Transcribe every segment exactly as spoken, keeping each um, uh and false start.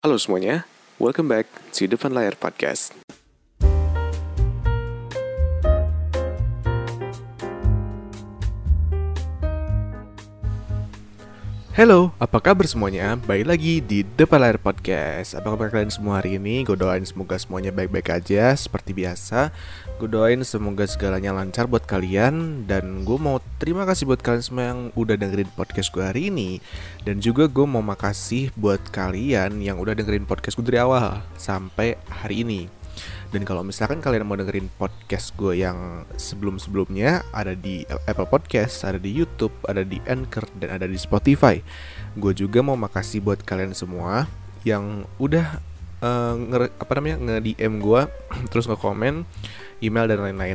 Halo semuanya, welcome back to Depan Layar Podcast. Halo, apa kabar semuanya? Balik lagi di Depan Layar Podcast. Apa kabar kalian semua hari ini? Gue doain semoga semuanya baik-baik aja. Seperti biasa, gue doain semoga segalanya lancar buat kalian. Dan gue mau terima kasih buat kalian semua yang udah dengerin podcast gue hari ini. Dan juga gue mau makasih buat kalian yang udah dengerin podcast gue dari awal sampai hari ini. Dan kalau misalkan kalian mau dengerin podcast gue yang sebelum-sebelumnya, ada di Apple Podcast, ada di YouTube, ada di Anchor, dan ada di Spotify. Gue juga mau makasih buat kalian semua yang udah uh, nge- apa namanya nge-D M gue, terus nge-komen, email dan lain-lain.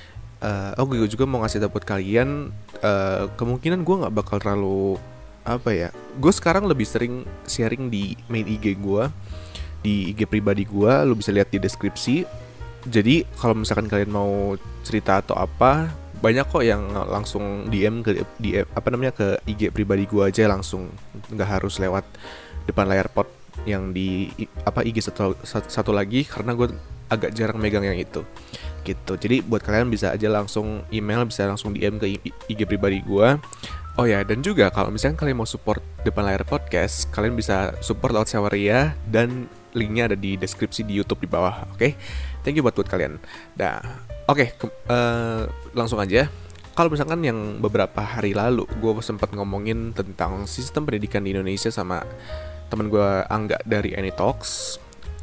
Uh, oh, gue juga mau ngasih tahu buat kalian, uh, kemungkinan gue nggak bakal terlalu apa ya. Gue sekarang lebih sering sharing di main I G gue. Di I G pribadi gue, lu bisa lihat di deskripsi. Jadi kalau misalkan kalian mau cerita atau apa, banyak kok yang langsung D M ke D M, apa namanya ke I G pribadi gue aja langsung, nggak harus lewat Depan Layar Pod yang di apa I G satu, satu lagi, karena gue agak jarang megang yang itu gitu. Jadi buat kalian bisa aja langsung email, bisa langsung D M ke I G pribadi gue. Oh ya, dan juga kalau misalkan kalian mau support Depan Layar Podcast, kalian bisa support lewat Saweria, dan linknya ada di deskripsi di YouTube di bawah. Oke, okay? Thank you buat buat kalian. Nah, oke, okay, uh, langsung aja. Kalau misalkan yang beberapa hari lalu gue sempat ngomongin tentang sistem pendidikan di Indonesia sama teman gue Angga dari AnyTalks.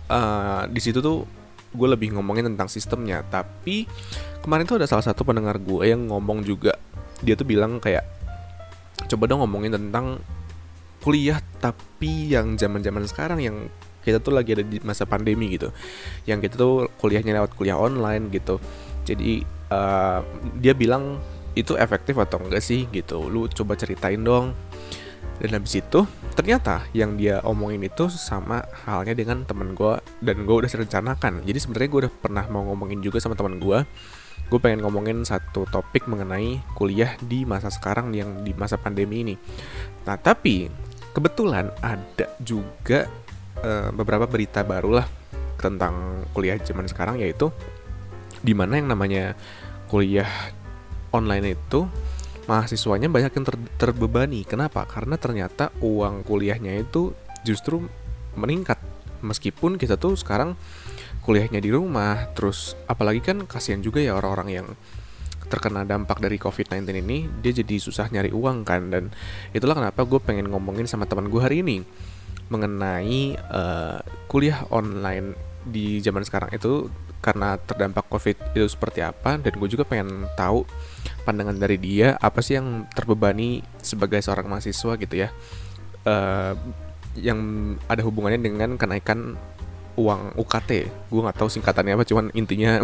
Uh, di situ tuh gue lebih ngomongin tentang sistemnya. Tapi kemarin tuh ada salah satu pendengar gue yang ngomong juga. Dia tuh bilang kayak, coba dong ngomongin tentang kuliah tapi yang zaman-zaman sekarang, yang kita tuh lagi ada di masa pandemi gitu, yang kita tuh kuliahnya lewat kuliah online gitu. Jadi uh, dia bilang itu efektif atau enggak sih gitu, lu coba ceritain dong. Dan habis itu ternyata yang dia omongin itu sama halnya dengan temen gue, dan gue udah serencanakan. Jadi sebenarnya gue udah pernah mau ngomongin juga sama temen gue. Gue pengen ngomongin satu topik mengenai kuliah di masa sekarang, yang di masa pandemi ini. Nah tapi kebetulan ada juga Uh, beberapa berita baru lah tentang kuliah zaman sekarang, yaitu dimana yang namanya kuliah online itu mahasiswanya banyak yang ter- terbebani. Kenapa? Karena ternyata uang kuliahnya itu justru meningkat, meskipun kita tuh sekarang kuliahnya di rumah. Terus apalagi kan kasihan juga ya orang-orang yang terkena dampak dari covid sembilan belas ini, dia jadi susah nyari uang kan. Dan itulah kenapa gue pengen ngomongin sama teman gue hari ini mengenai uh, kuliah online di zaman sekarang itu karena terdampak covid itu seperti apa. Dan gue juga pengen tahu pandangan dari dia, apa sih yang terbebani sebagai seorang mahasiswa gitu ya, uh, yang ada hubungannya dengan kenaikan uang U K T. Gue nggak tahu singkatannya apa, cuman intinya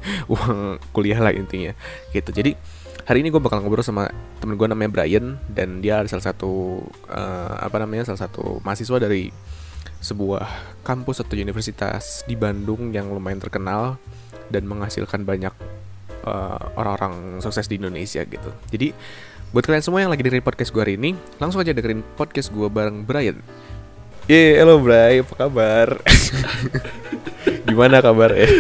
uang kuliah lah intinya gitu. Jadi hari ini gue bakal ngobrol sama temen gue namanya Brian, dan dia ada salah satu uh, apa namanya salah satu mahasiswa dari sebuah kampus atau universitas di Bandung yang lumayan terkenal dan menghasilkan banyak uh, orang-orang sukses di Indonesia gitu. Jadi buat kalian semua yang lagi dengerin podcast gue hari ini, langsung aja dengerin podcast gue bareng Brian. Yeay, halo Bray, apa kabar? Gimana kabar ya?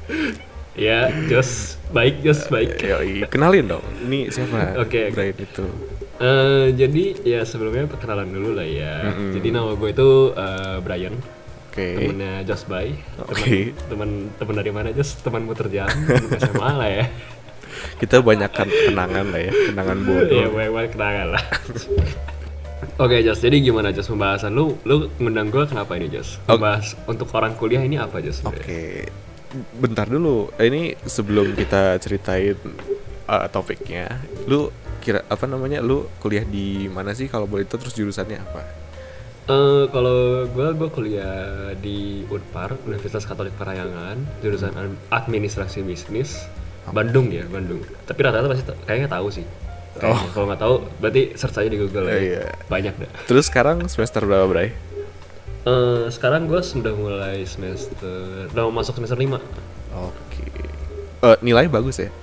Ya, Jos, baik, Jos, baik. Yoi, kenalin dong, ini siapa? Oke, okay, Brian itu. Uh, jadi ya sebelumnya perkenalan dulu lah ya. Mm-hmm. Jadi nama gue itu uh, Brian. Oke. Okay. Temennya Jos Bay. Oke. Okay. Temen temen dari mana Jos? Temanmu terjam. S M A lah ya. Kita banyakkan kenangan lah ya, kenangan bodoh. Iya, banyak kenangan lah. Oke, okay, Jos. Jadi gimana Jos pembahasan lu? Lu ngundang gue kenapa ini Jos? Membahas okay. Untuk orang kuliah ini apa Jos? Oke. Okay. Bentar dulu, ini sebelum kita ceritain uh, topiknya, lu kira apa namanya, lu kuliah di mana sih kalau boleh tahu, terus jurusannya apa? Uh, kalau gue gue kuliah di Unpar, Universitas Katolik Parahyangan, jurusan hmm. Administrasi Bisnis, Bandung ya, Bandung. Tapi rata-rata pasti t- kayaknya tahu sih. Kayaknya. Oh. Kalau nggak tahu, berarti search aja di Google ya. Iya. Banyak dah. Terus sekarang semester berapa, Bray? Uh, sekarang gue sudah mulai semester, udah mau masuk semester lima. Oke. Uh, nilai bagus ya?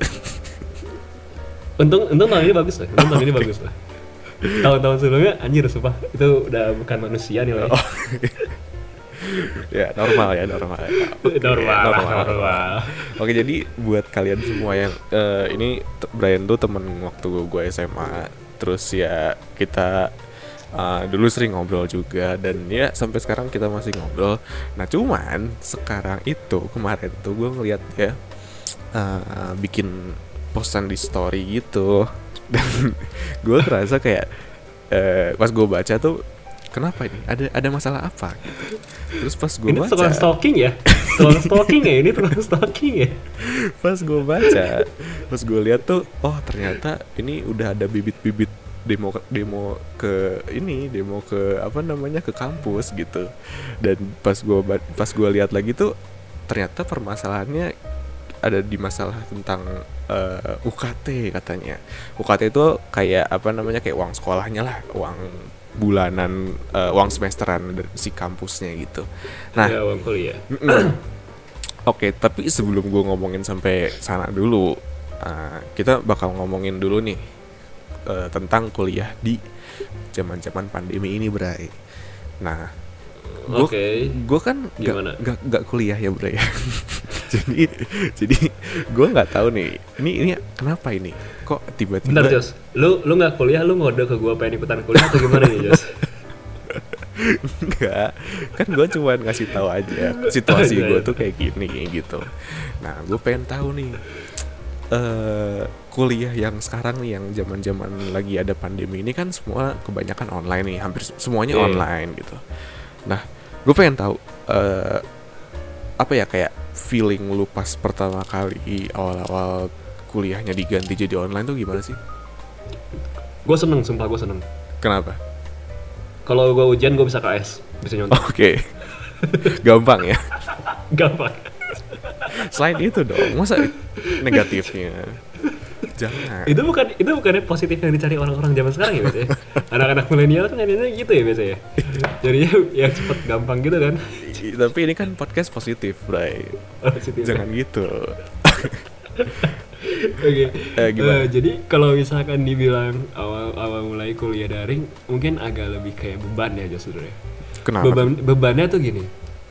Untung, untung tahun ini bagus lah. Untung tahun ini bagus lah. Tahun-tahun sebelumnya anjir sumpah, itu udah bukan manusia nilai. Oh. Ya normal ya normal. Oke, normal, normal, normal. normal. Oke, jadi buat kalian semua yang eh, ini t- Brian tuh temen waktu gue S M A. Terus ya kita uh, dulu sering ngobrol juga dan ya sampai sekarang kita masih ngobrol. Nah cuman sekarang itu kemarin tuh gue ngeliat ya uh, bikin postan di story gitu dan gue ngerasa kayak uh, pas gue baca tuh kenapa ini ada ada masalah apa gitu. Terus pas gue Ini baca tukang stalking ya? Tukang stalking ya? Ini tukang stalking ya? pas gue baca pas gue lihat tuh oh ternyata ini udah ada bibit-bibit demo demo ke ini demo ke apa namanya ke kampus gitu. Dan pas gue pas gue lihat lagi tuh ternyata permasalahannya ada di masalah tentang uh, U K T katanya. U K T itu kayak apa namanya kayak uang sekolahnya lah, uang bulanan, uh, uang semesteran dari si kampusnya gitu. Nah, ya, uang kuliah. Oke, tapi sebelum gue ngomongin sampai sana dulu, uh, kita bakal ngomongin dulu nih uh, tentang kuliah di zaman-zaman pandemi ini, Bray. Nah, gue okay. gue kan gak, gak, gak kuliah ya, Bray. jadi jadi gue nggak tahu nih, ini ini kenapa ini? Kok tiba-tiba? Bentar, Jos. Lu lu nggak kuliah, lu ngode ke gue pengen ikutan kuliah atau gimana nih, Jos? Enggak, kan gue cuma ngasih tahu aja situasi gue tuh kayak gini gitu. Nah, gue pengen tahu nih uh, kuliah yang sekarang nih, yang zaman-zaman lagi ada pandemi ini kan semua kebanyakan online nih, hampir semuanya yeah. online gitu. Nah, gue pengen tahu uh, apa ya kayak feeling lu pas pertama kali awal-awal kuliahnya diganti jadi online tuh gimana sih? Gue seneng, sumpah gue seneng. Kenapa? Kalau gue ujian gue bisa K S, bisa nyontek. Oke, okay. Gampang ya? Gampang. Selain itu dong, masa negatifnya? Jangan. Itu bukan itu bukannya positif yang dicari orang-orang zaman sekarang ya biasanya. Anak-anak milenial tuh ngeliatnya gitu ya biasanya. Jadinya yang cepet gampang gitu kan. Tapi ini kan podcast positif, Bray. Oh, positif. Jangan gitu. Oke. Okay. Eh, uh, jadi kalau misalkan dibilang awal-awal mulai kuliah daring, mungkin agak lebih kayak beban ya sebenarnya. Kenapa? Beban bebannya tuh gini.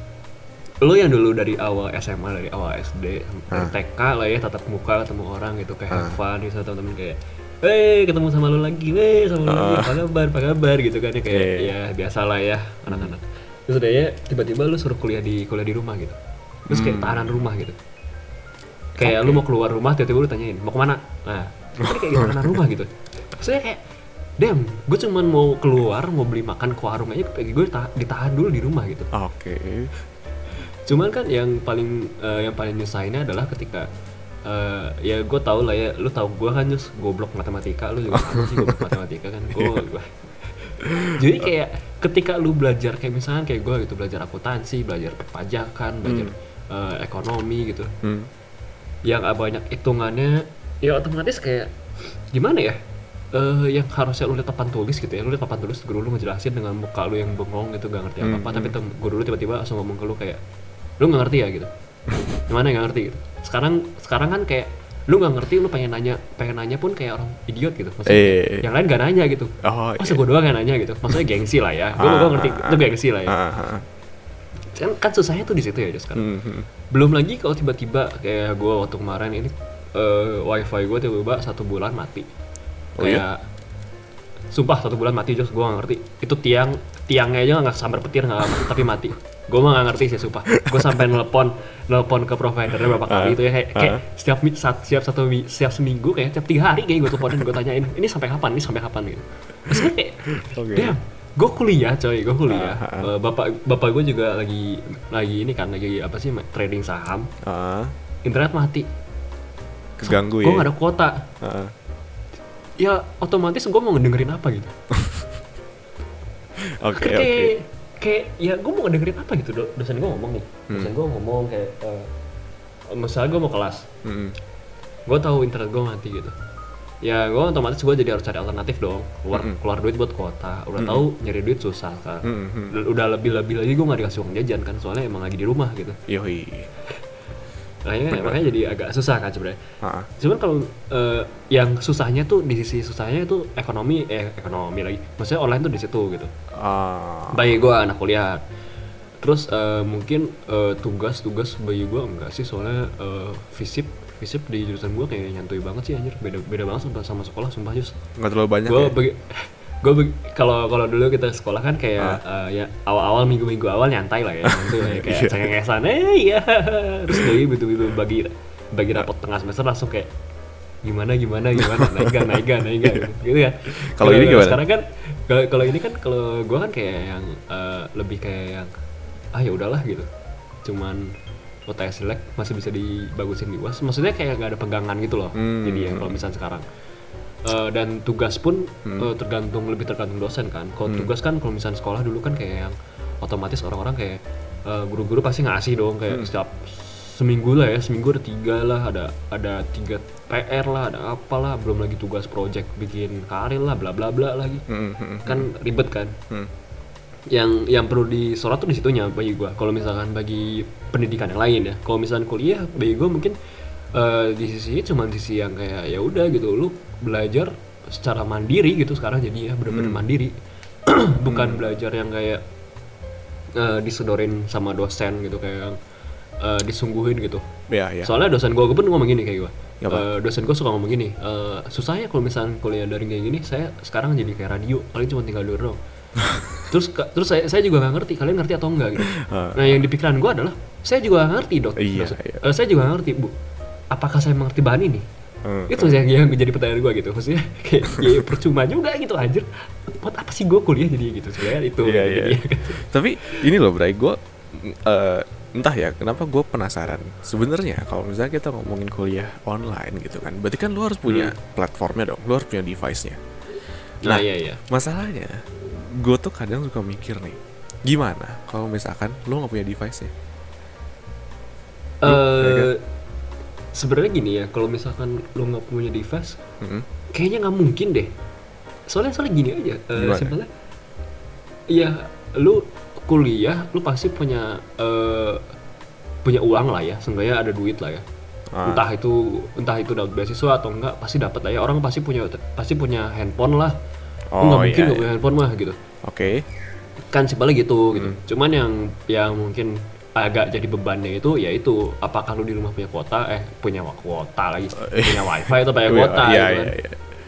Lo yang dulu dari awal S M A, dari awal S D, ah. T K lah ya, tatap muka ketemu orang gitu kayak have fun gitu, teman-teman kayak Hei ketemu sama lo lagi, hei sama lo lagi, apa kabar, apa kabar gitu kan ya kayak yeah. ya biasa lah ya anak-anak. Terus udah ya tiba-tiba lo suruh kuliah di kuliah di rumah gitu, terus kayak hmm. tahanan rumah gitu. Kayak okay. lu mau keluar rumah tiba-tiba lu tanyain mau kemana, nah itu kayak tahanan rumah gitu. Maksudnya kayak damn, gue cuman mau keluar mau beli makan ke warung aja, kayak gue ditahan, ditahan dulu di rumah gitu. Oke. Okay. Cuman kan yang paling uh, yang paling nyusahinnya adalah ketika uh, ya gue tau lah ya, lu tau gue kan just goblok matematika, lu juga sama sih goblok matematika kan, gue gue. Jadi kayak ketika lu belajar kayak misalkan kayak gue gitu, belajar akuntansi, belajar perpajakan, belajar hmm. uh, ekonomi gitu, hmm. yang banyak hitungannya, ya otomatis kayak gimana ya? Uh, yang harusnya lu lihat papan tulis gitu ya, lu lihat papan tulis guru lu ngejelasin dengan muka lu yang bengong gitu, gak ngerti apa-apa, hmm. tapi tem- guru lu tiba-tiba langsung ngomong ke lu kayak lu nggak ngerti ya gitu, gimana nggak ngerti gitu. Sekarang sekarang kan kayak lu nggak ngerti, lu pengen nanya pengen nanya pun kayak orang idiot gitu, maksudnya eh. yang lain gak nanya gitu, oh, masa iya. gue doang yang nanya gitu, maksudnya gengsi lah ya, gue gue ngerti itu gengsi lah ya. Kan, kan susahnya tuh di situ ya just kan. Mm-hmm. Belum lagi kalau tiba-tiba kayak gue waktu kemarin ini uh, wifi gue tiba-tiba satu bulan mati, oh, kayak iya? Sumpah satu bulan mati just, gue nggak ngerti itu tiang tiangnya aja nggak sambar petir nggak tapi mati. Gue mah nggak ngerti sih sumpah. Gue sampai nelpon nelpon ke providernya berapa kali uh, itu ya kayak, uh. kayak setiap setiap setiap satu setiap seminggu kayak setiap tiga hari kayak gue teleponin, gue tanyain ini sampai kapan ini sampai kapan gitu. Terus kayak okay. damn, gue kuliah coy, gue kuliah. Uh, uh, uh. Bapak bapak gue juga lagi lagi ini kan lagi apa sih trading saham. Uh. Internet mati. Keganggu ya. Gue nggak ada kuota. Uh. Ya otomatis gue mau ngedengerin apa gitu. Oke oke. Kayak ya gue mau ngedengerin apa gitu, dosen gue ngomong nih, dosen hmm. gue ngomong kayak uh, misalnya gue mau kelas, hmm. gue tahu internet gue mati gitu, ya gue otomatis gue jadi harus cari alternatif dong, keluar hmm. keluar duit buat kuota, udah hmm. tahu nyari duit susah kan, hmm. udah lebih-lebih lagi gue nggak dikasih uang jajan kan, soalnya emang lagi di rumah gitu. Yoi. Makanya, makanya jadi agak susah kan sebenarnya. Uh-huh. Cuman kalau uh, yang susahnya tuh di sisi susahnya itu ekonomi, eh ekonomi lagi. Maksudnya online tuh di situ gitu. Uh. Baik gue anak kuliah, Terus uh, mungkin uh, tugas-tugas bagi gue enggak sih, soalnya uh, fisip fisip di jurusan gue kayak nyantuy banget sih anjir, beda beda banget sama, sama sekolah sumpah Jus. Nggak terlalu banyak Gue ya? bagi- gue kalau kalau dulu kita sekolah kan kayak uh, ya awal-awal minggu-minggu awal nyantai lah ya, nyantai lah ya, kayak Iya. cengengesan, eh iya, terus dari betul-betul bagi bagi rapot tengah semester langsung kayak gimana gimana gimana naik gak naik gak naik gak gitu ya. Kalau ini gimana? Sekarang kan kalau kalau ini kan kalau gue kan kayak yang uh, lebih kayak yang ah ya udahlah gitu, cuman U T S jelek masih bisa dibagusin di U A S, maksudnya kayak gak ada pegangan gitu loh. Hmm. Jadi ya kalau misalnya sekarang uh, dan tugas pun Hmm. uh, tergantung lebih tergantung dosen kan. Kalau Hmm. tugas kan kalau misalnya sekolah dulu kan kayak yang otomatis orang-orang kayak uh, guru-guru pasti ngasih dong kayak Hmm. setiap seminggu lah ya, seminggu ada tiga lah, ada ada tiga P R lah, ada apalah, belum lagi tugas project bikin karil lah, bla bla bla lagi. Hmm, hmm, hmm. Kan ribet kan. Hmm. Yang yang perlu disorot tuh di situnya bagi gua. Kalau misalkan bagi pendidikan yang lain ya, kalau misalkan kuliah bagi gua mungkin uh, di sisi cuma di sisi yang kayak ya udah gitu, lu belajar secara mandiri gitu sekarang jadi ya benar-benar Hmm. mandiri. Bukan belajar yang kayak uh, disodorin sama dosen gitu, kayak yang uh, disungguhin gitu. Ya, ya. Soalnya dosen gue pun ngomong gini kayak gue. Apa? Uh, dosen gue suka ngomong gini, uh, susah ya kalau misalnya kuliah daring kayak gini, saya sekarang jadi kayak radio, kalian cuma tinggal denger doang. terus ka- terus saya saya juga nggak ngerti kalian ngerti atau enggak gitu. Uh. Nah yang di pikiran gue adalah saya juga nggak ngerti dok. Iya, Maksud- iya. uh, saya juga nggak ngerti bu, apakah saya mengerti bahan ini? Hmm. Itu yang, yang jadi pertanyaan gue gitu, maksudnya kayak ya percuma juga gitu anjir. Buat apa sih gue kuliah jadi gitu sebenarnya itu. Iya, gitu, iya. jadi. Tapi ini loh Bray, gue uh, entah ya kenapa gue penasaran. Sebenarnya kalau misalnya kita ngomongin kuliah online gitu kan, berarti kan lu harus punya Hmm. platformnya dong, lu harus punya device-nya. Nah iya iya. Masalahnya, gue tuh kadang suka mikir nih, gimana kalau misalkan lu nggak punya device-nya? Eh ya kan? sebenarnya gini ya, kalau misalkan lo nggak punya device, Mm-mm. kayaknya nggak mungkin deh. Soalnya soalnya gini aja, eh, Gimana? simpelnya, ya lu kuliah, lu pasti punya eh, punya uang lah ya, seenggaknya ada duit lah ya. Ah. Entah itu entah itu dapat beasiswa atau enggak, pasti dapat lah ya. Orang pasti punya pasti punya handphone lah. Lu Oh, nggak mungkin iya, nggak iya. punya handphone mah gitu. Oke. Kan simpelnya gitu gitu. Hmm. Cuman yang yang mungkin agak jadi bebannya itu yaitu apakah lu di rumah punya kuota eh punya kuota lagi punya wifi atau punya kuota Iya, gitu iya, kan. iya.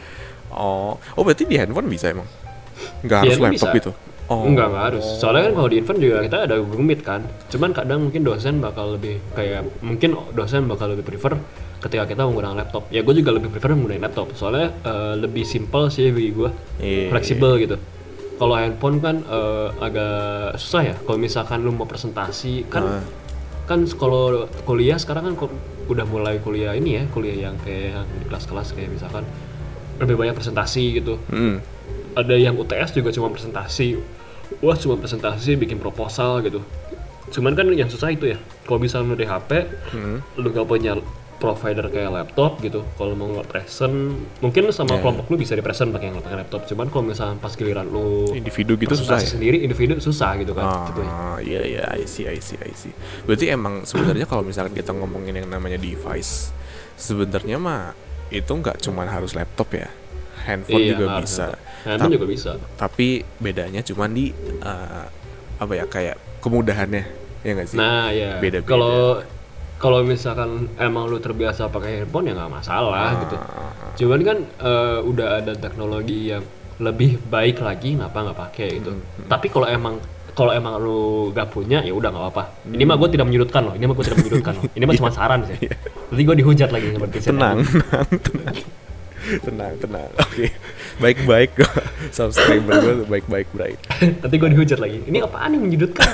Oh, oh berarti di handphone bisa emang? Nggak Di harus handphone laptop bisa. gitu? Oh. Enggak, enggak harus. Soalnya kan kalau di event juga kita ada Google Meet kan. Cuman kadang mungkin dosen bakal lebih kayak mungkin dosen bakal lebih prefer ketika kita menggunakan laptop. Ya gue juga lebih prefer menggunakan laptop. Soalnya eh, lebih simple sih bagi gue. Iya. Fleksibel gitu. Kalau handphone kan eh, agak susah ya. Kalau misalkan lu mau presentasi kan Ah. kan kalau kuliah sekarang kan ku- udah mulai kuliah ini ya, kuliah yang kayak yang di kelas-kelas kayak misalkan lebih banyak presentasi gitu. Mm. Ada yang U T S juga cuma presentasi, wah cuma presentasi bikin proposal gitu. Cuman kan yang susah itu ya, kalau misalnya lu di H P, Hmm. lu gak punya provider kayak laptop gitu, kalau mau nge-present mungkin sama Ya. kelompok lu bisa di-present pakai pakai laptop. Cuman kalau misalnya pas giliran lu Individu gitu susah presentasi ya? sendiri, individu susah gitu kan. Gitu ya. Ah, iya iya, I see, I see, I see. Berarti emang sebenarnya kalau misalkan kita ngomongin yang namanya device, sebenarnya mah itu nggak cuma harus laptop ya, handphone Iya, juga harus bisa. laptop. Handphone Ta- juga bisa. Tapi bedanya cuma di uh, apa ya kayak kemudahannya, ya nggak sih? Nah ya, Beda-beda. kalau kalau misalkan emang lu terbiasa pakai handphone ya nggak masalah Ah. gitu. Cuman kan eh, udah ada teknologi yang lebih baik lagi, ngapa nggak pakai gitu. Hmm, Tapi kalau emang kalau emang lu gak punya ya udah nggak apa-apa. Ini mah gue tidak menyudutkan loh. Ini mah gue tidak menyudutkan loh. Ini mah cuma saran sih. Nanti gue dihujat lagi seperti saya tenang, tadi. tenang, tenang, tenang, tenang. Oke, baik-baik kok. Subscriber gue tuh baik-baik, Bray. Nanti gue dihujat lagi. Ini apaan yang menyudutkan?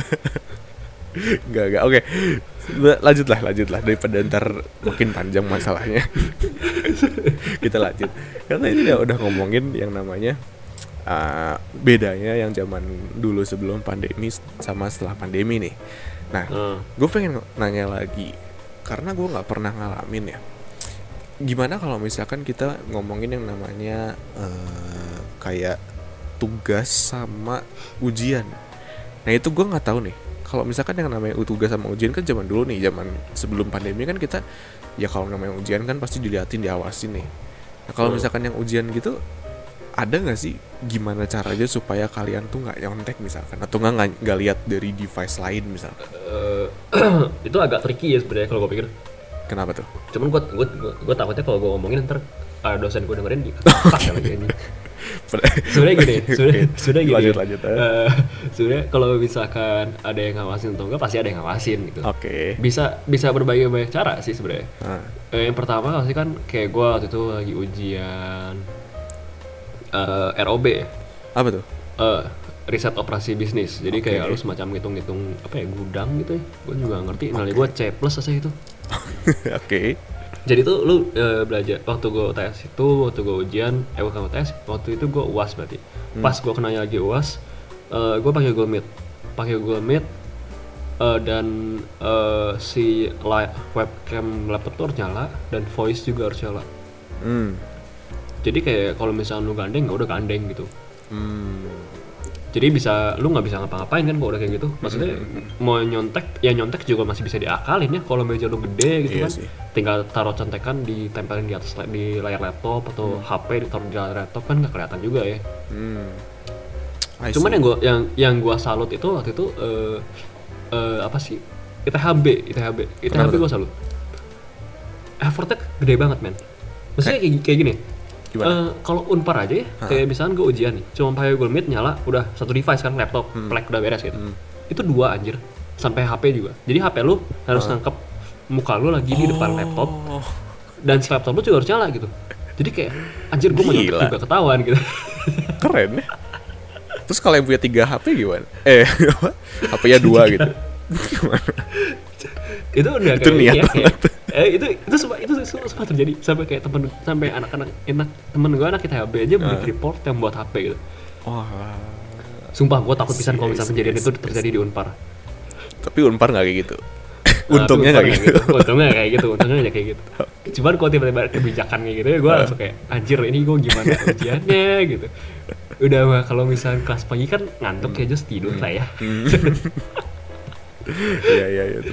Enggak, enggak. Oke. La- Lanjutlah, lanjutlah daripada ntar makin panjang masalahnya. Kita lanjut. Karena ini udah, udah ngomongin yang namanya uh, bedanya yang zaman dulu sebelum pandemi sama setelah pandemi nih. Nah, Hmm. gue pengen nanya lagi karena gue nggak pernah ngalamin ya. Gimana kalau misalkan kita ngomongin yang namanya uh, kayak tugas sama ujian. Nah itu gue nggak tahu nih. Kalau misalkan yang namanya tugas sama ujian kan zaman dulu nih, zaman sebelum pandemi kan kita ya kalau namanya ujian kan pasti diliatin, diawasin nih. Nah kalau Hmm. misalkan yang ujian gitu, ada nggak sih gimana caranya supaya kalian tuh nggak nyontek misalkan, atau nggak nggak lihat dari device lain misalkan? Uh, itu agak tricky ya sebenarnya kalau gue pikir. Kenapa tuh? Cuman gue gue gue takutnya kalau gue ngomongin ntar ada dosen gue dengerin di apa ya lagi ini. Sebenarnya gini, sebenarnya sudah gini. Lanjut lanjut. Uh, sebenarnya kalau misalkan ada yang ngawasin atau enggak pasti ada yang ngawasin gitu. Oke. Okay. Bisa bisa berbagai banyak cara sih sebenarnya. Ah. Uh, yang pertama pasti kan kayak gue waktu itu lagi ujian uh, R O B. Apa tuh? Uh, riset operasi bisnis. Jadi okay. kayak lu semacam ngitung-ngitung apa ya, gudang gitu ya. Gue juga gak ngerti. Okay. Nilai gue C plus aja itu. Oke. Okay. Jadi tuh lu uh, belajar waktu gue U T S itu, waktu gue ujian, eh bukan U T S, waktu itu gue U A S berarti. Hmm. Pas gue kenanya lagi U A S, uh, gue pakai Google Meet, pakai Google Meet, uh, dan uh, si live webcam laptop tuh harus nyala dan voice juga harus nyala. Hmm. Jadi kayak kalau misalnya lu gandeng, nggak udah gandeng gitu. Hmm. Jadi bisa, lu nggak bisa ngapa-ngapain kan kalau udah kayak gitu. Maksudnya mm-hmm. mau nyontek, ya nyontek juga masih bisa diakalin ya. Kalau meja lu gede gitu iya kan, sih. Tinggal taruh contekan ditempelin di atas di layar laptop atau hmm. H P ditaruh di layar laptop kan nggak kelihatan juga ya. Hmm. Cuman yang gua yang yang gua salut itu waktu itu uh, uh, apa sih? I T H B, I T H B, I T H B gua salut. Effortnya gede banget men. Maksudnya kayak, kayak gini. Uh, kalau Unpar aja ya, ha. kayak misalnya gue ujian nih, cuma pakai Google Meet nyala, udah satu device kan, laptop, hmm. plek udah beres gitu. Hmm. Itu dua anjir, sampai H P juga. Jadi H P lu harus ha. nangkep muka lu lagi oh. di depan laptop, dan si laptop lu juga harus nyala gitu. Jadi kayak anjir gue mau nyontek juga ketahuan gitu. Keren ya. Terus kalau yang punya tiga H P gimana? Eh, H P-nya dua gitu. Gimana? Itu udah itu kayak, niat ya, kayak eh, itu itu sempat itu sempat terjadi sampai kayak temen sampai anak-anak enak temen gue anak I T H B aja uh. bikin report yang buat H P gitu. Oh. Sumpah gue takut pisan kalau misalnya kejadian itu terjadi di Unpar. Tapi Unpar nggak kayak gitu. Untungnya nggak kayak gitu. Untungnya kayak gitu. Untungnya nggak kayak gitu. Cuman kalau tiba-tiba kebijakan kayak gitu ya gue langsung kayak anjir ini gue gimana ujiannya gitu. Udah mah kalau misalnya kelas pagi kan ngantuk ya just tidur lah ya. Iya iya iya.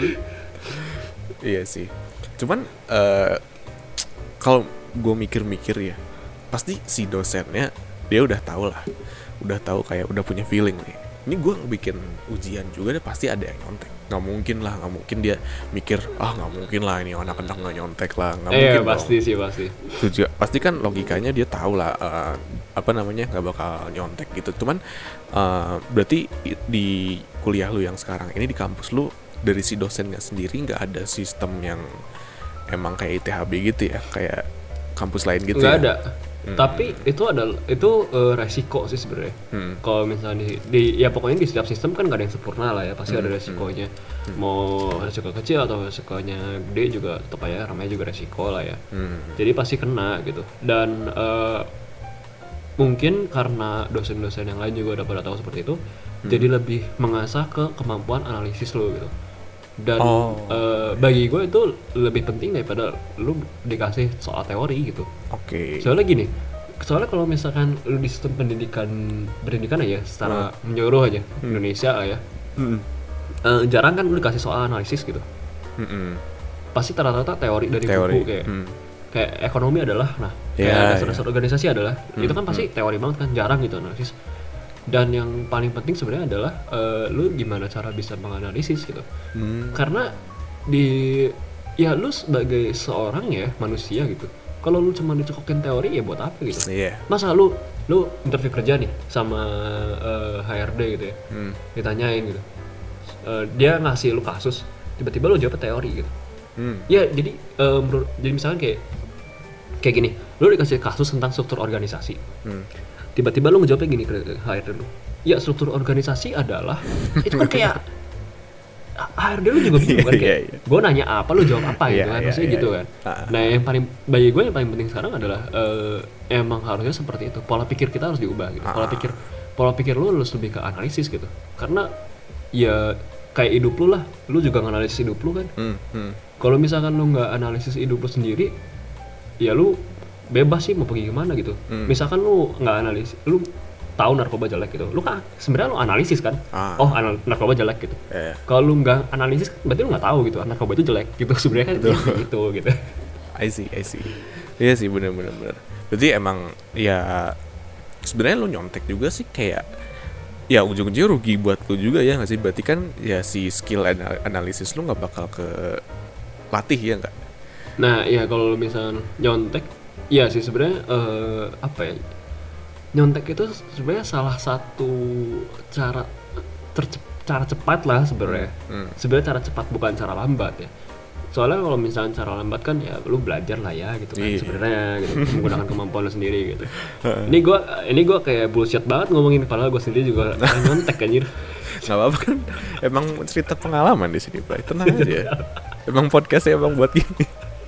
Iya sih. Cuman uh, kalau gue mikir-mikir ya, pasti si dosennya dia udah tahu lah, udah tahu kayak udah punya feeling nih. Ini gue bikin ujian juga deh pasti ada yang nyontek. Gak mungkin lah, gak mungkin dia mikir ah nggak mungkin lah ini anak-anak nggak nyontek lah, nggak eh, mungkin. Iya pasti dong. sih pasti. Itu juga pasti kan logikanya dia tahu lah uh, apa namanya nggak bakal nyontek gitu. Cuman uh, berarti di kuliah lu yang sekarang ini di kampus lu dari si dosennya sendiri nggak ada sistem yang emang kayak I T H B gitu ya, kayak kampus lain gitu? Nggak ya? ada. Hmm. Tapi itu adalah itu uh, resiko sih sebenarnya. Hmm. Kalau misalnya di, di ya pokoknya di setiap sistem kan nggak ada yang sempurna lah ya, pasti hmm. ada resikonya. Hmm. Mau resiko kecil atau resikonya gede juga tetap aja namanya juga resiko lah ya. Hmm. Jadi pasti kena gitu. Dan uh, mungkin karena dosen-dosen yang lain juga udah pada tahu seperti itu, hmm. jadi lebih mengasah ke kemampuan analisis lo gitu. Dan oh. uh, bagi gue itu lebih penting daripada lu dikasih soal teori gitu. Oke. Okay. Soalnya gini, soalnya kalau misalkan lu di sistem pendidikan pendidikan aja secara hmm. menyeluruh aja hmm. Indonesia ya, hmm. uh, jarang kan lu dikasih soal analisis gitu. Hmm. Pasti rata-rata teori dari teori. buku kayak hmm. kayak ekonomi adalah, nah yeah, kayak dasar-dasar yeah. organisasi adalah, hmm. itu kan pasti hmm. teori banget kan, jarang gitu analisis. Dan yang paling penting sebenarnya adalah uh, lu gimana cara bisa menganalisis gitu. Hmm. Karena di ya lu sebagai seorang ya manusia gitu. Kalau lu cuma dicekokin teori ya buat apa gitu. Yeah. Masa lu lu interview kerja nih sama uh, H R D gitu ya. Hmm. Ditanyain gitu. Uh, dia ngasih lu kasus, tiba-tiba lu jawab teori gitu. Hmm. Ya jadi uh, menurut jadi misalnya kayak kayak gini, lu dikasih kasus tentang struktur organisasi. Hmm. Tiba-tiba lu ngejawabnya gini ke H R D lu, ya struktur organisasi adalah itu kan kayak H R D lu juga bingung kan kayak yeah, yeah. gue nanya apa lu jawab apa gitu yeah, kan maksudnya yeah, gitu yeah. kan uh, nah yang paling bagi gue yang paling penting sekarang adalah uh, emang harusnya seperti itu, pola pikir kita harus diubah gitu. uh, pola pikir pola pikir lu harus lebih ke analisis gitu, karena ya kayak hidup lu lah, lu juga nganalisis hidup lu kan. hmm, hmm. Kalau misalkan lu nggak analisis hidup lu sendiri ya lu bebas sih mau pergi kemana gitu. hmm. Misalkan lu nggak analisis, lu tahu narkoba jelek gitu, lu kan sebenarnya lu analisis kan. ah. Oh anal- narkoba jelek gitu. yeah. Kalau lu nggak analisis berarti lu nggak tahu gitu narkoba itu jelek gitu sebenarnya kan. Gitu gitu. I see I see. Iya sih benar-benar benar. Berarti emang ya sebenarnya lu nyontek juga sih kayak ya ujung-ujungnya rugi buat lu juga ya nggak sih? Berarti kan ya si skill anal- analisis lu nggak bakal ke latih ya nggak? Nah ya kalau misalnya nyontek, iya sih sebenarnya eh, apa ya, nyontek itu sebenarnya salah satu cara tercep- cara cepat lah sebenarnya. Hmm. Sebenarnya cara cepat bukan cara lambat ya. Soalnya kalau misalnya cara lambat kan ya lu belajar lah ya gitu kan Iya. sebenarnya gitu, menggunakan kemampuan lu sendiri gitu. Ini gua ini gua kayak bullshit banget ngomongin, padahal gua sendiri juga nyontek anjir. Nggak apa-apa kan? Emang cerita pengalaman di sini, Bray. Tenang aja. Emang podcastnya emang buat gini.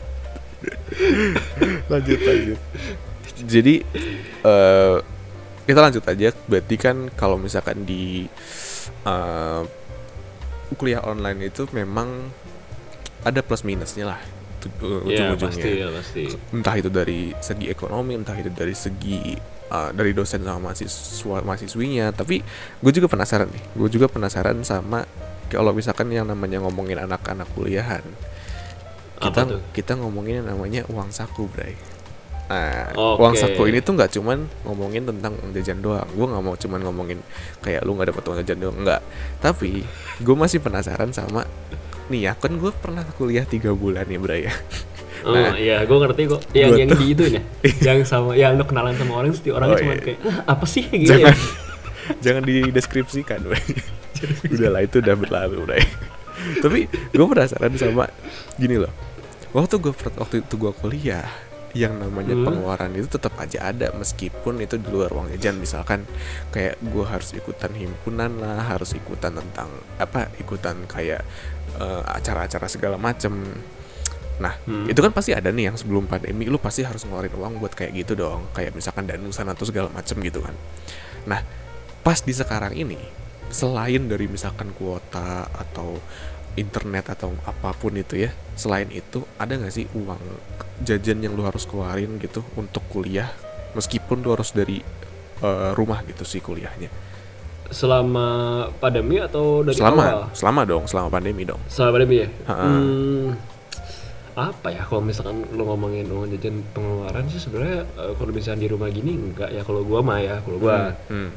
lanjut lanjut. Jadi uh, kita lanjut aja. Berarti kan kalau misalkan di uh, kuliah online itu memang ada plus minusnya lah Ya ujung-ujungnya. pasti ya pasti. Entah itu dari segi ekonomi, entah itu dari segi uh, dari dosen sama mahasiswa mahasiswinya. Tapi gue juga penasaran nih. Gue juga penasaran sama kalau misalkan yang namanya ngomongin anak-anak kuliahan. Kita Apa tuh? kita ngomongin yang namanya uang saku, Bray. Nah, Oke. uang saku ini tuh nggak cuman ngomongin tentang uang jajan doang. Gue nggak mau cuman ngomongin kayak lu nggak dapat uang jajan doang, nggak. Tapi gue masih penasaran sama nih ya, kan gue pernah kuliah tiga bulan ya, Bray ya. Oh Nah, iya, gue ngerti kok. Yang gua yang tuh- di itu ya, yang sama, yang lu kenalan sama orang, terus orangnya Oh, cuma iya. kayak "Ah, apa sih gitu Jangan ya. jangan dideskripsikan, Bray. Udahlah, itu udah berlalu, Bray. Tapi gue penasaran sama gini loh. Waktu gue waktu itu gue kuliah, yang namanya Hmm. pengeluaran itu tetap aja ada meskipun itu di luar uang jajan. Misalkan kayak gue harus ikutan himpunan lah, harus ikutan tentang apa, ikutan kayak eh, acara-acara segala macem. Nah, Hmm. itu kan pasti ada nih yang sebelum pandemi lu pasti harus ngeluarin uang buat kayak gitu dong, kayak misalkan danusan atau segala macem gitu kan. Nah, pas di sekarang ini, selain dari misalkan kuota atau internet atau apapun itu ya, selain itu ada nggak sih uang jajan yang lu harus keluarin gitu untuk kuliah, meskipun lu harus dari eh, rumah gitu sih kuliahnya? Selama pandemi atau dari Selama, awal? selama dong, selama pandemi dong. Selama pandemi ya? Ha-ha. Hmm, apa ya, kalau misalkan lu ngomongin uang jajan pengeluaran sih sebenarnya eh, kalau misalnya di rumah gini enggak ya, kalau gua mah ya, kalau gua. Hmm.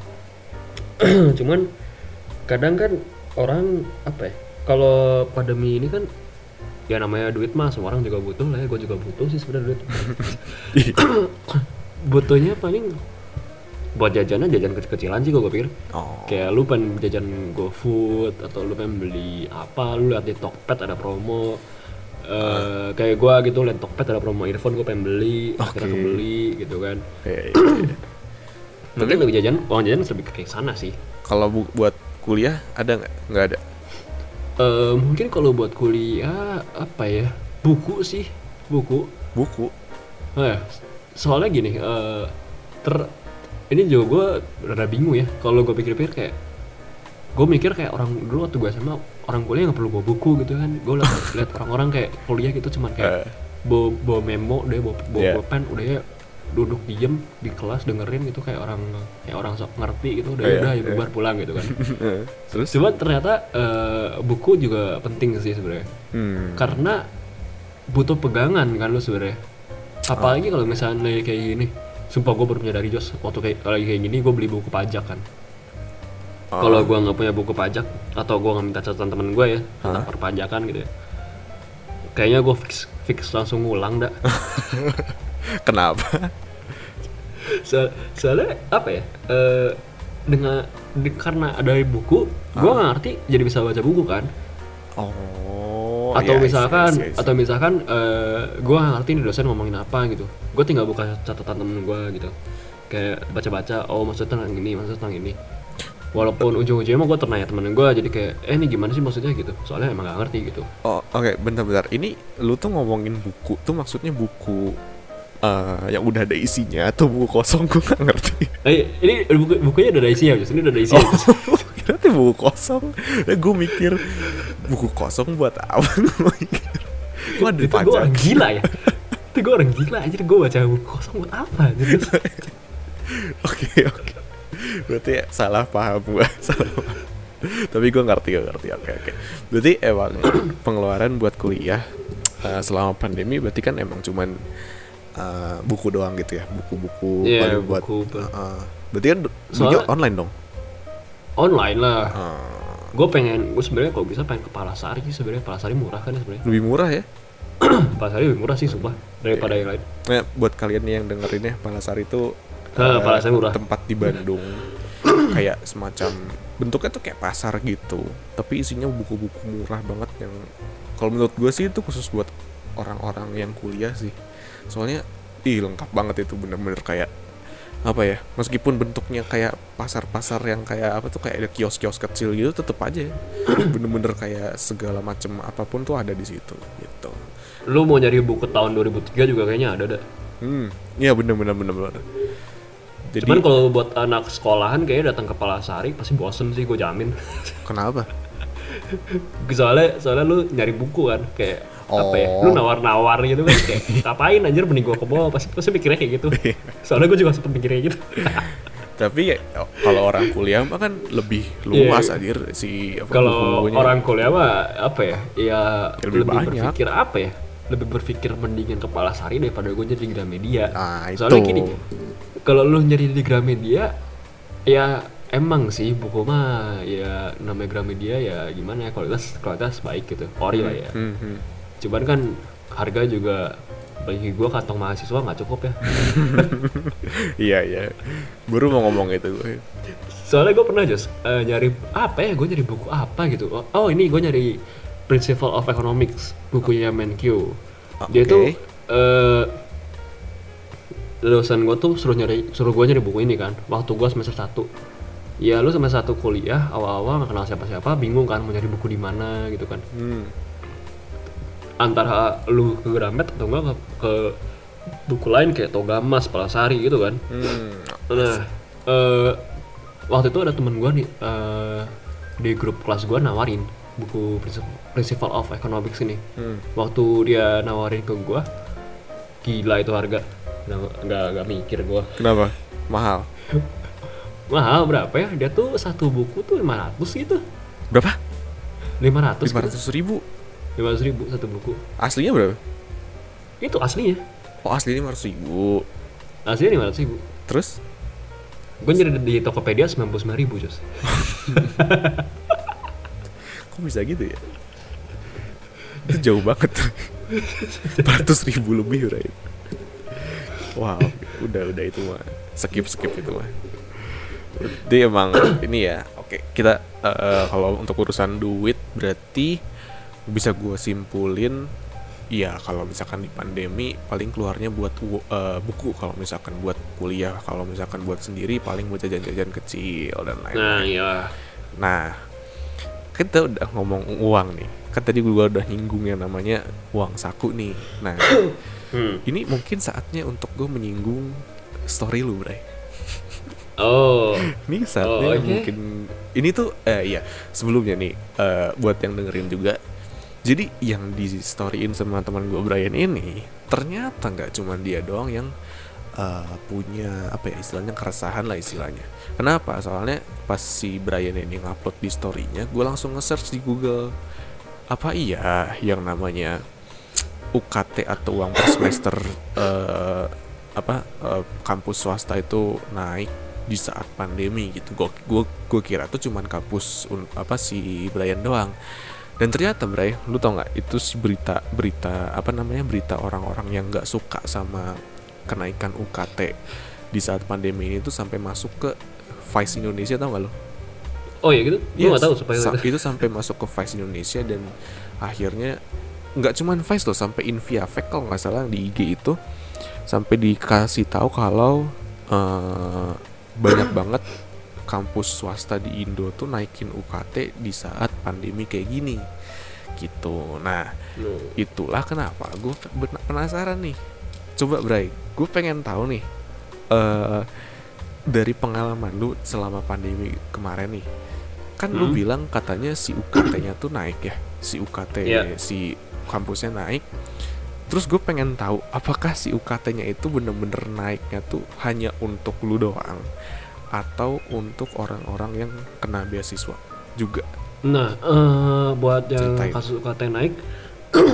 Cuman kadang kan orang apa ya, kalau pandemi ini kan ya namanya duit mah semua orang juga butuh lah ya, gue juga butuh sih sebenarnya duit. Butuhnya paling buat jajannya, jajan kecil-kecilan sih gue pikir. Oh. Kayak lu pengen jajan GoFood atau lu pengen beli apa, lu lihat di Tokped ada promo. Eh, kayak gue gitu lihat Tokped ada promo earphone, gue pengen beli, akhirnya Oke. kebeli gitu kan. Iya, iya, iya. Mungkin lebih jajan, uang jajan lebih ke sana sih. Kalau bu- buat kuliah ada nggak? Nggak ada. Eh, mungkin kalau buat kuliah apa ya, buku sih, buku. Buku. Oh ya, soalnya gini, eh, ter ini juga gue rada bingung ya. Kalau gue pikir-pikir kayak, gue mikir kayak orang dulu waktu gue S M A, orang kuliah nggak perlu bawa buku gitu kan. Gue liat, liat orang-orang kayak kuliah gitu cuman kayak Eh. bawa, bawa memo, deh bawa, bawa Yeah. pulpen, udah ya duduk diem di kelas dengerin gitu kayak orang kayak orang sok ngerti gitu, udah Oh, iya, udah ya iya. bubar pulang gitu kan. Terus? Cuman ternyata eh, buku juga penting sih sebenarnya. Hmm. Karena butuh pegangan kan lu sebenarnya. Apalagi kalau misalnya kayak gini, sumpah gue baru menyadari Jos, waktu kayak lagi kayak gini gue beli buku pajak kan. Oh. Kalau gue nggak punya buku pajak atau gue nggak minta catatan temen gue ya tentang Hah? perpajakan gitu ya, kayaknya gue fix fix langsung ngulang dah. Kenapa? So, soalnya apa ya? eh, dengan di- karena ada buku, gue nggak ngerti jadi bisa baca buku kan. Oh. Atau iya, misalkan iya, iya, iya. atau misalkan eh, gue nggak ngerti nih dosen ngomongin apa gitu, gue tinggal buka catatan temen gue gitu, kayak baca-baca, oh maksudnya tentang ini, maksudnya tentang ini. Walaupun ujung-ujungnya mah gue ternanya temen gue, jadi kayak eh ini gimana sih maksudnya gitu, soalnya emang gak ngerti gitu. Oh, oke, bentar-bentar. Ini lu tuh ngomongin buku tuh maksudnya buku eh, yang udah ada isinya atau buku kosong? Gue nggak ngerti. Eh ini buku, bukunya udah ada isinya, Jus. Ini udah ada isinya. Jus. Oh, kira tuh buku kosong. Ya gue mikir buku kosong buat apa? Gue mikir. Gue ada Itu gue orang pajak. gila ya. Itu gue orang gila aja, gue baca buku kosong buat apa gitu. Oke, oke. Berarti salah paham gue. Salah paham. Tapi gue ngerti, gue ngerti. Oke, oke. Berarti emang pengeluaran buat kuliah eh, selama pandemi berarti kan emang cuman eh, buku doang gitu ya, buku-buku Iya, paling buat buku, eh, eh, Berarti kan Soalnya- Soalnya, online dong. Online lah. Hmm, Gue pengen, gue sebenarnya kalau bisa pengen ke Palasari sih sebenarnya. Palasari murah kan ya sebenarnya. lebih murah ya. Palasari lebih murah sih sumpah daripada yang lain. Nah, buat kalian nih yang dengerin ya, Palasari itu Nah, eh, Palasari murah. tempat di Bandung kayak semacam bentuknya tuh kayak pasar gitu, tapi isinya buku-buku murah banget yang kalau menurut gue sih itu khusus buat orang-orang yang kuliah sih. Soalnya ih lengkap banget itu, bener-bener kayak apa ya, meskipun bentuknya kayak pasar-pasar yang kayak apa tuh, kayak ada kios-kios kecil gitu, tetep aja bener-bener kayak segala macam apapun tuh ada di situ gitu. Lu mau nyari buku tahun dua ribu tiga juga kayaknya ada dah. Hmm, iya bener-bener bener-bener. Jadi Cuman kalau buat anak sekolahan kayaknya datang ke Palasari pasti bosen sih, gue jamin. kenapa? soalnya soalnya lu nyari buku kan kayak apa ya, Oh. lu nawar-nawar gitu kan kayak ngapain anjir, mending gua ke bawah, pasti pasti mikirnya kayak gitu. Soalnya gue juga sempet mikirnya gitu. Tapi ya, kalau orang kuliah mah kan lebih luas anjir si apa, Kalau buku-bukunya. orang kuliah mah apa ya, ya Ya, lebih lebih, banyak. berpikir apa ya, lebih berpikir mendingan ke Palasari daripada gue nyari di Gramedia. Nah, Soalnya itu. gini, kalau lu nyari di Gramedia ya emang sih buku mah ya namanya Gramedia ya gimana ya, kualitas kualitas baik gitu, ori lah ya. Hmm, hmm. Cuman kan harga juga bagi gue kantong mahasiswa nggak cukup ya. Iya iya. Baru mau ngomong itu gue. Soalnya gue pernah just eh, nyari apa ya, gue nyari buku apa gitu. Oh, oh ini gue nyari Principle of Economics, bukunya Menkyu. Dia Oke. tuh eh, dosen gue tuh suruh nyari suruh gue nyari buku ini kan. Waktu gue semester satu. Ya lu semester satu kuliah awal-awal nggak kenal siapa-siapa, bingung kan mau nyari buku di mana gitu kan. Hmm. Antara lu ke Gramet atau enggak ke, ke buku lain kayak Togamas, Palasari gitu kan. Hmm. Nah, eh, waktu itu ada temen gue nih eh, di grup kelas gue nawarin buku Principle, Principle of Economics ini. Hmm. Waktu dia nawarin ke gue, gila itu harga. Nggak nggak nggak mikir gue. Kenapa? Mahal. Mahal berapa ya? Dia tuh satu buku tuh lima ratus gitu. Berapa? lima ratus lima ratus ribu. lima ratus ribu satu buku. Aslinya berapa? Itu aslinya. Oh aslinya lima ratus ribu. Aslinya lima ratus ribu. Terus? Gue nyari di Tokopedia sembilan puluh sembilan ribu, Jos. Kok bisa gitu ya? Itu jauh banget. empat ratus ribu lebih right? Wow, udah udah itu mah skip skip itu mah. Dia emang ini ya. Oke, kita uh, kalau untuk urusan duit berarti bisa gue simpulin ya, kalau misalkan di pandemi paling keluarnya buat uh, buku, kalau misalkan buat kuliah, kalau misalkan buat sendiri paling buat jajan-jajan kecil dan lain-lain. Nah, iya. Nah, kita udah ngomong uang nih. Kan tadi gue udah nyinggung yang namanya uang saku nih. Nah, Hmm. ini mungkin saatnya untuk gue menyinggung story lu, Bray. Oh. Ini saatnya Oh, oke. mungkin ini tuh eh iya, sebelumnya nih eh, buat yang dengerin juga. Jadi yang di storyin sama teman gue Brian ini ternyata nggak cuma dia doang yang uh, punya apa ya istilahnya keresahan lah istilahnya. Kenapa? Soalnya pas si Brian ini ngupload di storynya, gue langsung nge-search di Google, apa iya yang namanya U K T atau uang per semester uh, apa uh, kampus swasta itu naik di saat pandemi gitu. Gue gue gue kira tuh cuman kampus un, apa si Brian doang. Dan ternyata Bray, lu tau nggak itu si berita berita apa namanya berita orang-orang yang nggak suka sama kenaikan U K T di saat pandemi ini tuh sampai masuk ke Vice Indonesia, tau nggak lo? Oh ya gitu? Gue Yes, nggak tahu supaya sa- itu sampai masuk ke Vice Indonesia dan akhirnya nggak cuman Vice loh, sampai Inviafek kalau nggak salah di I G itu sampai dikasih tahu kalau uh, banyak banget kampus swasta di Indo tuh naikin U K T di saat pandemi kayak gini gitu. Nah No. itulah kenapa gue penasaran nih. Coba Bray, gue pengen tahu nih uh, dari pengalaman lu selama pandemi kemarin nih. Kan lu Hmm. bilang katanya si U K T-nya tuh naik ya, si U K T Yeah. si kampusnya naik. Terus gue pengen tahu apakah si U K T-nya itu bener-bener naiknya tuh hanya untuk lu doang atau untuk orang-orang yang kena beasiswa juga. Nah, eh, buat yang Ceritain. kasus U K T naik,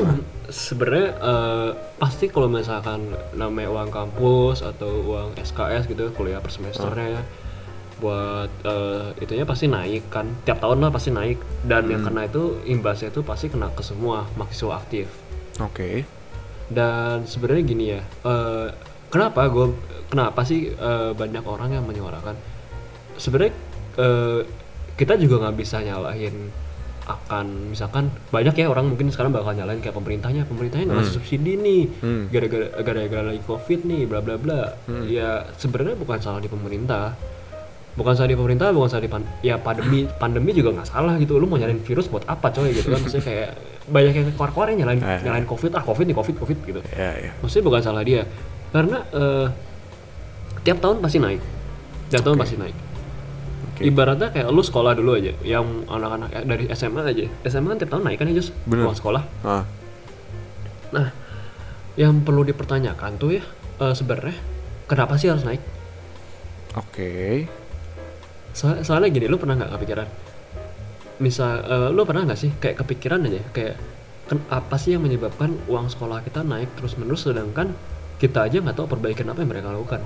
sebenarnya uh, pasti kalau misalkan namanya uang kampus atau uang S K S gitu kuliah per semesternya oh. buat uh, itunya pasti naik kan, tiap tahun lah pasti naik, dan hmm. yang kena itu imbasnya itu pasti kena ke semua mahasiswa aktif. Oke. Okay. Dan sebenarnya gini ya, uh, kenapa gue kenapa sih uh, banyak orang yang menyuarakan sebenarnya uh, kita juga nggak bisa nyalahin akan misalkan banyak ya orang mungkin sekarang bakal nyalain kayak pemerintahnya pemerintahnya nggak hmm. ngasih subsidi nih hmm. gara-gara gara-gara lagi covid nih bla bla bla hmm. ya sebenarnya bukan salah di pemerintah bukan salah di pemerintah bukan salah di pan- ya pandemi pandemi juga nggak salah gitu, lu mau nyalain virus buat apa coy gitu kan, maksudnya kayak banyak yang keluar-keluar nyalain eh, nyalain covid ah covid nih covid covid gitu yeah, yeah. maksudnya bukan salah dia karena uh, tiap tahun pasti naik tiap okay. tahun pasti naik. Okay. Ibaratnya kayak lu sekolah dulu aja, yang anak-anak dari S M A aja, S M A kan tiap tahun naik kan ya Jus, uang sekolah. Ah. Nah, yang perlu dipertanyakan tuh ya uh, sebenarnya kenapa sih harus naik? Oke. Okay. So- soalnya gini, lu pernah nggak kepikiran? Misal, uh, lu pernah nggak sih kayak kepikiran aja, kayak ken- apa sih yang menyebabkan uang sekolah kita naik terus-menerus, sedangkan kita aja nggak tahu perbaikan apa yang mereka lakukan?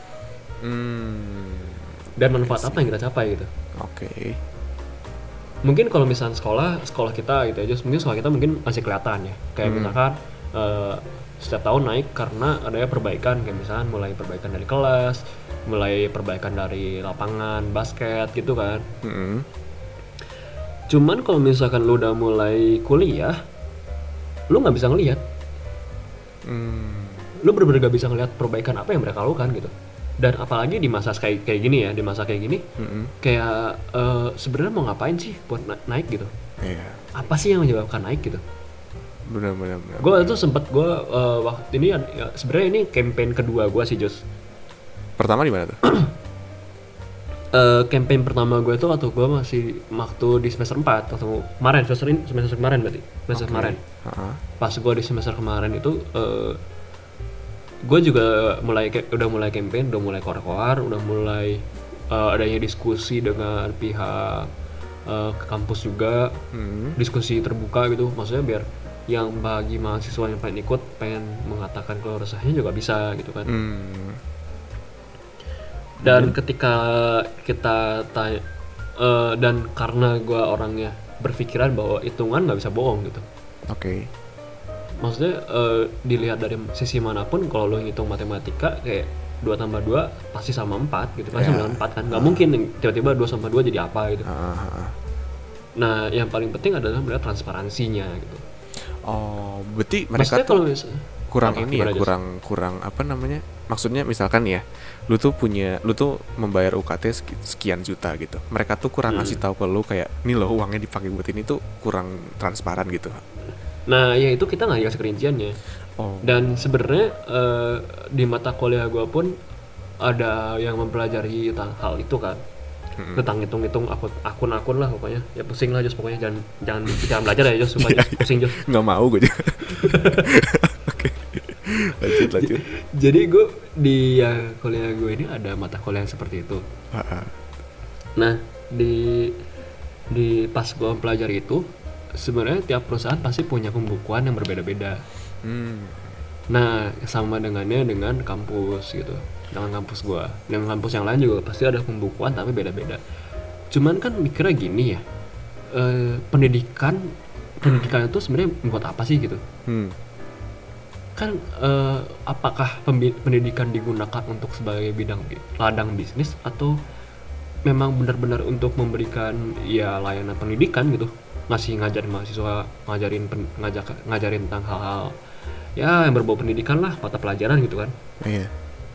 Hmm. Dan manfaat apa yang kita capai gitu. Oke. Okay. Mungkin kalau misalnya sekolah, sekolah kita gitu aja, mungkin sekolah kita mungkin masih kelihatan ya. Kayak hmm. misalkan uh, setiap tahun naik karena adanya perbaikan, kayak misalkan mulai perbaikan dari kelas, mulai perbaikan dari lapangan basket gitu kan. Hmm. Cuman kalau misalkan lu udah mulai kuliah, lu nggak bisa ngelihat. Hmm. Lu bener-bener gak bisa ngelihat perbaikan apa yang mereka lakukan gitu. Dan apalagi di masa kayak kayak gini ya, di masa kayak gini, mm-hmm. kayak uh, sebenarnya mau ngapain sih buat na- naik gitu? Yeah. Apa sih yang menyebabkan naik gitu? Benar-benar. Gue tuh sempet gue uh, waktu ini ya, sebenarnya ini campaign kedua gue sih Jos. Pertama di mana tuh? uh, campaign pertama gue tuh waktu gue masih waktu di semester empat, waktu kemarin semester ini semester kemarin berarti semester okay. kemarin. Uh-huh. Pas gue di semester kemarin itu. Uh, gue juga mulai udah mulai campaign, udah mulai koar-koar, udah mulai uh, adanya diskusi dengan pihak uh, ke kampus juga, hmm. diskusi terbuka gitu, maksudnya biar yang bagi mahasiswa yang pengen ikut, pengen mengatakan keluh resahnya juga bisa gitu kan. Hmm. Dan hmm. ketika kita tanya, uh, dan karena gue orangnya berpikiran bahwa hitungan nggak bisa bohong gitu. Oke. Okay. Maksudnya uh, dilihat dari sisi manapun, kalau lo ngitung matematika kayak dua tambah dua pasti sama empat gitu, pasti sama yeah. empat kan, nggak uh. mungkin tiba-tiba dua sama dua jadi apa gitu. Uh. Nah yang paling penting adalah melihat transparansinya gitu. Oh berarti mereka maksudnya tuh misalnya, kurang apa, ini ya, kurang aja? kurang apa namanya, maksudnya misalkan ya, lu tuh punya, lu tuh membayar U K T sekian juta gitu, mereka tuh kurang hmm. ngasih tahu ke lu kayak, nih loh uangnya dipakai buat ini, tuh kurang transparan gitu. Nah ya itu kita nggak dikasih kerinciannya. Oh. Dan sebenarnya uh, di mata kuliah gue pun ada yang mempelajari tentang hal itu kan, mm-hmm. tentang hitung-hitung akun, akun-akun lah pokoknya. Ya pusing lah Jos pokoknya, jangan jangan jangan belajar ya Jos, supaya pusing Jos. Nggak mau gue juga. Oke. Lanjut lanjut. Jadi gue di ya, kuliah gue ini ada mata kuliah yang seperti itu. Uh-huh. Nah di di pas gue mempelajari itu, sebenarnya tiap perusahaan pasti punya pembukuan yang berbeda-beda. Hmm. Nah, sama dengannya dengan kampus gitu, dengan kampus gua. Dengan kampus yang lain juga pasti ada pembukuan tapi beda-beda. Cuman kan mikirnya gini ya, eh, pendidikan pendidikan itu sebenarnya buat apa sih gitu? Hmm. Kan eh, apakah pendidikan digunakan untuk sebagai bidang ladang bisnis atau memang benar-benar untuk memberikan ya layanan pendidikan gitu? Ngasih ngajarin mahasiswa, ngajarin pen, ngajak, ngajarin tentang hal-hal ya yang berbau pendidikan lah, mata pelajaran gitu kan. Iya.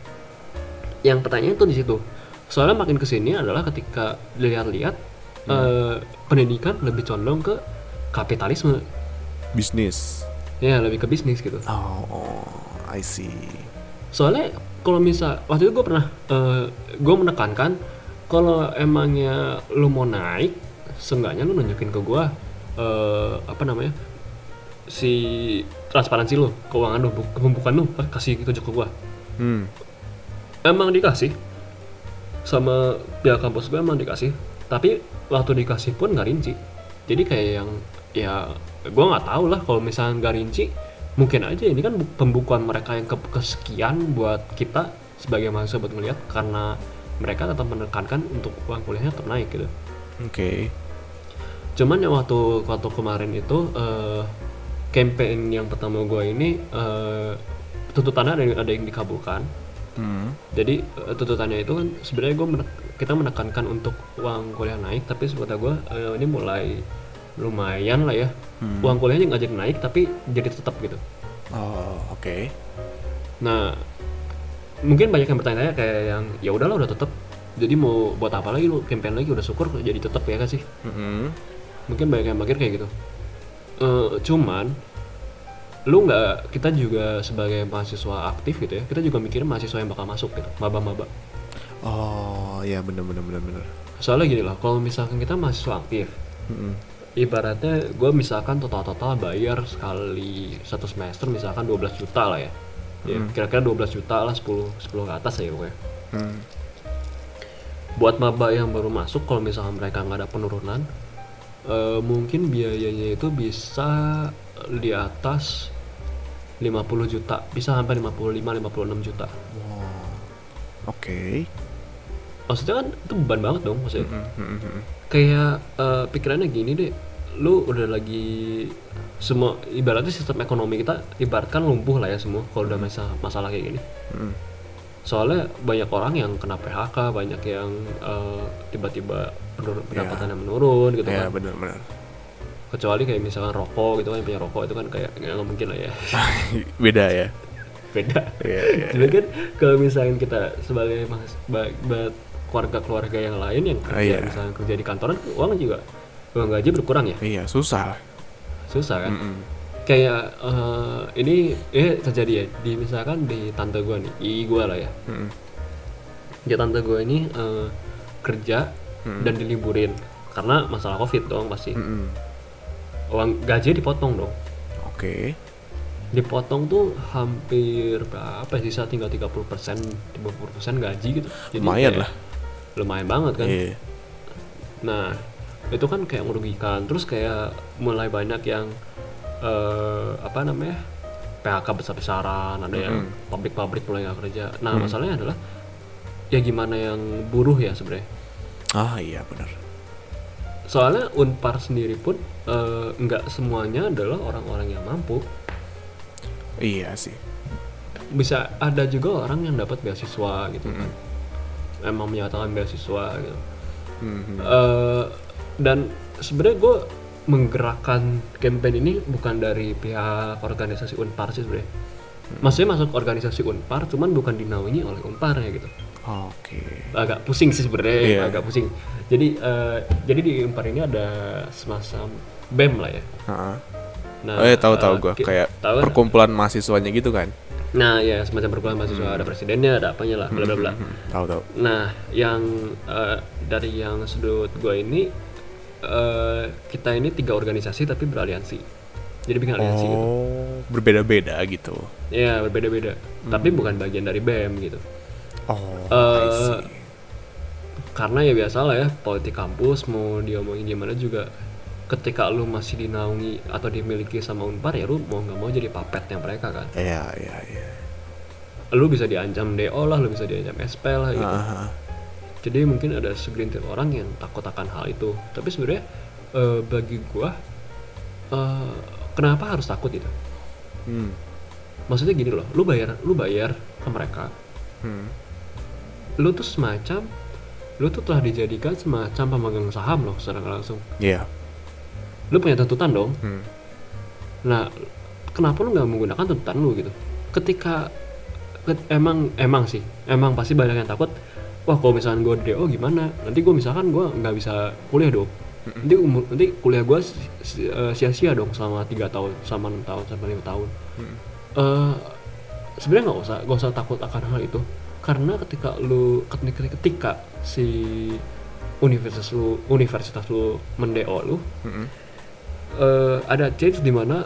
Yang pertanyaan itu di situ. Soalnya makin kesini adalah ketika lihat-lihat hmm. eh, pendidikan lebih condong ke kapitalisme, bisnis. Ya lebih ke bisnis gitu. Oh, oh I see. Soalnya kalau misal waktu itu gue pernah, eh, gue menekankan kalau emangnya lu mau naik, seenggaknya lu nunjukin ke gua uh, apa namanya si transparansi lu, keuangan lu, pembukuan lu, kasih tunjuk ke gua. Hmm. Emang dikasih sama pihak kampus gua, emang dikasih, tapi waktu dikasih pun nggak rinci. Jadi kayak yang ya gua nggak tahu lah, kalau misalnya nggak rinci mungkin aja ini kan bu- pembukuan mereka yang ke- kesekian buat kita sebagai mahasiswa buat ngeliat, karena mereka tetap menekankan untuk uang kuliahnya tetap naik gitu. Oke. Okay. Cuman yang waktu waktu kemarin itu uh, campaign yang pertama gue ini uh, tuntutannya ada yang, ada yang dikabulkan. Hmm. Jadi uh, tuntutannya itu kan sebenarnya gue menek- kita menekankan untuk uang kuliah naik, tapi sebetulnya gue uh, ini mulai lumayan lah ya. Hmm. Uang kuliahnya nggak jadi naik tapi jadi tetap gitu. Oh oke. Okay. Nah mungkin banyak yang bertanya kayak yang ya udahlah udah tetap, jadi mau buat apa lagi lu campaign lagi, udah syukur jadi tetap ya kan sih. Mm-hmm. Mungkin banyak yang mikir kayak gitu. Uh, cuman lu nggak, kita juga sebagai mahasiswa aktif gitu ya, kita juga mikirin mahasiswa yang bakal masuk gitu, maba-maba. Oh ya, bener bener bener bener. Soalnya gini lah, kalau misalkan kita mahasiswa aktif, mm-hmm. ibaratnya gue misalkan total-total bayar sekali satu semester misalkan dua belas juta lah ya. Ya, hmm. kira-kira dua belas juta lah, sepuluh sepuluh ke atas ya pokoknya. Hmm. Buat maba yang baru masuk, kalau misalkan mereka nggak ada penurunan, uh, mungkin biayanya itu bisa di atas lima puluh juta, bisa sampai lima puluh lima sampai lima puluh enam juta. Wow. Oke. Okay. Maksudnya kan itu beban banget dong maksudnya. Hmm, hmm, hmm. Kayak uh, pikirannya gini deh, lu udah lagi semua ibaratnya sistem ekonomi kita ibaratkan lumpuh lah ya semua kalau udah masalah masalah kayak gini. Hmm. Soalnya banyak orang yang kena P H K, banyak yang uh, tiba-tiba pendapatannya yeah. menurun gitu yeah, kan. Iya benar-benar. Kecuali kayak misalkan rokok gitu kan, yang punya rokok itu kan kayak nggak mungkin lah ya. Beda ya. Beda. Yeah, yeah. Jadi kan kalau misalkan kita sebagai mas, ba- ba- keluarga-keluarga yang lain yang kerja, oh, yeah. misalkan kerja di kantoran, uang juga uang gaji berkurang ya. Iya susah. Susah kan. Mm-mm. Kayak uh, ini eh terjadi ya di misalkan di tante gue nih, i gue lah ya. Mm-mm. Di tante gue ini uh, kerja Mm-mm. dan diliburin karena masalah covid dong pasti. Mm-mm. Uang gaji dipotong dong. Oke. Okay. Dipotong tuh hampir berapa sih, sisa tinggal tiga puluh persen, tiga puluh persen gaji gitu. Jadi lumayan lah. Lumayan banget kan. Yeah. Nah itu kan kayak merugikan, terus kayak mulai banyak yang uh, apa namanya P H K besar-besaran, ada mm-hmm. yang pabrik-pabrik mulai nggak kerja. Nah mm. masalahnya adalah ya gimana yang buruh ya sebenarnya. Ah iya benar. Soalnya Unpar sendiri pun uh, nggak semuanya adalah orang-orang yang mampu. Iya sih. Bisa ada juga orang yang dapat beasiswa gitu mm-hmm. kan, emang menyatakan beasiswa gitu. Mm-hmm. Uh, dan sebenarnya gue menggerakkan campaign ini bukan dari pihak organisasi Unpar sih sebenarnya. Hmm. Maksudnya masuk organisasi Unpar, cuman bukan dinaungi oleh Unpar ya gitu. Oke. Okay. Agak pusing sih sebenarnya, yeah. agak pusing. Jadi uh, jadi di Unpar ini ada semacam B E M lah ya. Uh-huh. Nah, oh ya tahu-tahu uh, gue ki- kayak tahu perkumpulan kan? Mahasiswanya gitu kan. Nah ya semacam perkumpulan mahasiswa, hmm. ada presidennya, ada apanya lah, bla bla bla. Tahu-tahu. Nah yang uh, dari yang sudut gue ini, Uh, kita ini tiga organisasi tapi beraliansi, jadi bikin aliansi oh, gitu. Berbeda-beda gitu. Iya berbeda-beda, hmm. tapi bukan bagian dari B E M gitu. Oh, uh, karena ya biasalah ya, politik kampus mau diomongin gimana juga, ketika lu masih dinaungi atau dimiliki sama Unpar ya lu mau nggak mau jadi papetnya mereka kan. Iya iya iya. Lu bisa diancam D O lah, lu bisa diancam S P lah gitu. Uh-huh. Jadi mungkin ada segelintir orang yang takut akan hal itu. Tapi sebenarnya uh, bagi gua uh, kenapa harus takut itu? Hmm. Maksudnya gini loh, lu bayar, lu bayar ke mereka. Hmm. Lu tuh semacam, lu tuh telah dijadikan semacam pemegang saham loh secara langsung. Iya. Yeah. Lu punya tuntutan dong. Hmm. Nah, kenapa lu nggak menggunakan tuntutan lu gitu? Ketika ket, emang emang sih, emang pasti banyak yang takut. Wah kalau misalkan gue D O gimana? Nanti gue misalkan gue nggak bisa kuliah dong. Mm-hmm. Nanti umur, nanti kuliah gue si, uh, sia-sia dong selama tiga tahun, selama enam tahun, sampai lima tahun. Mm-hmm. Uh, Sebenarnya nggak usah, nggak usah takut akan hal itu. Karena ketika lu ketika, ketika si universitas lu, universitas lu mendeo lu, mm-hmm. uh, ada chance di mana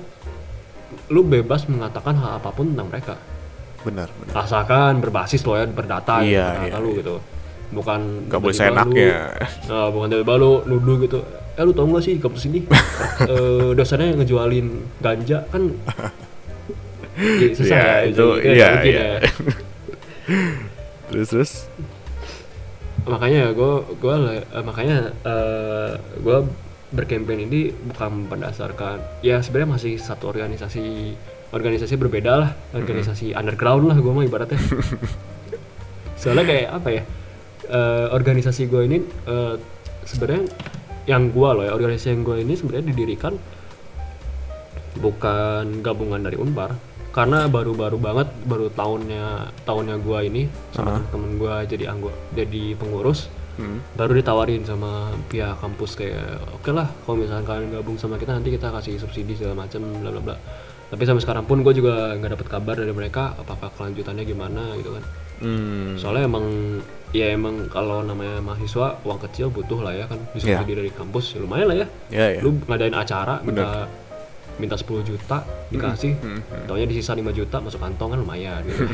lu bebas mengatakan hal apapun tentang mereka. Benar, benar. Asalkan berbasis lo ya, berdata iya, gitu, iya, lu iya. gitu. Bukan gak boleh seenaknya. Nah, bukan tiba-tiba lu nuduh gitu. Eh lu tau gak sih di kampus ini uh, dosennya ngejualin ganja kan Ya, susah Ya, ya, itu jadi, iya mungkin iya. ya. Terus terus. Makanya gue gue makanya uh, gue berkampanye ini bukan berdasarkan ya sebenarnya masih satu organisasi organisasi berbeda lah, organisasi mm-hmm. underground lah gue mah ibaratnya. Soalnya kayak apa ya, uh, organisasi gue ini uh, sebenarnya yang gue loh ya, organisasi yang gue ini sebenarnya didirikan bukan gabungan dari Unpar, karena baru-baru banget, baru tahunnya tahunnya gue ini sama uh-huh. temen gue jadi anggota, jadi pengurus, hmm. baru ditawarin sama pihak kampus kayak oke okay lah kalau misalkan kalian gabung sama kita nanti kita kasih subsidi segala macam bla bla bla. Tapi sampai sekarang pun gue juga nggak dapet kabar dari mereka apakah kelanjutannya gimana gitu kan. Hmm. Soalnya emang ya emang kalau namanya mahasiswa uang kecil butuh lah ya kan, bisa subsidi yeah. dari kampus ya lumayan lah ya. Yeah, yeah. Lu ngadain acara minta minta sepuluh juta dikasih, hmm, hmm, hmm. taunya disisa lima juta masuk kantong kan lumayan gitu.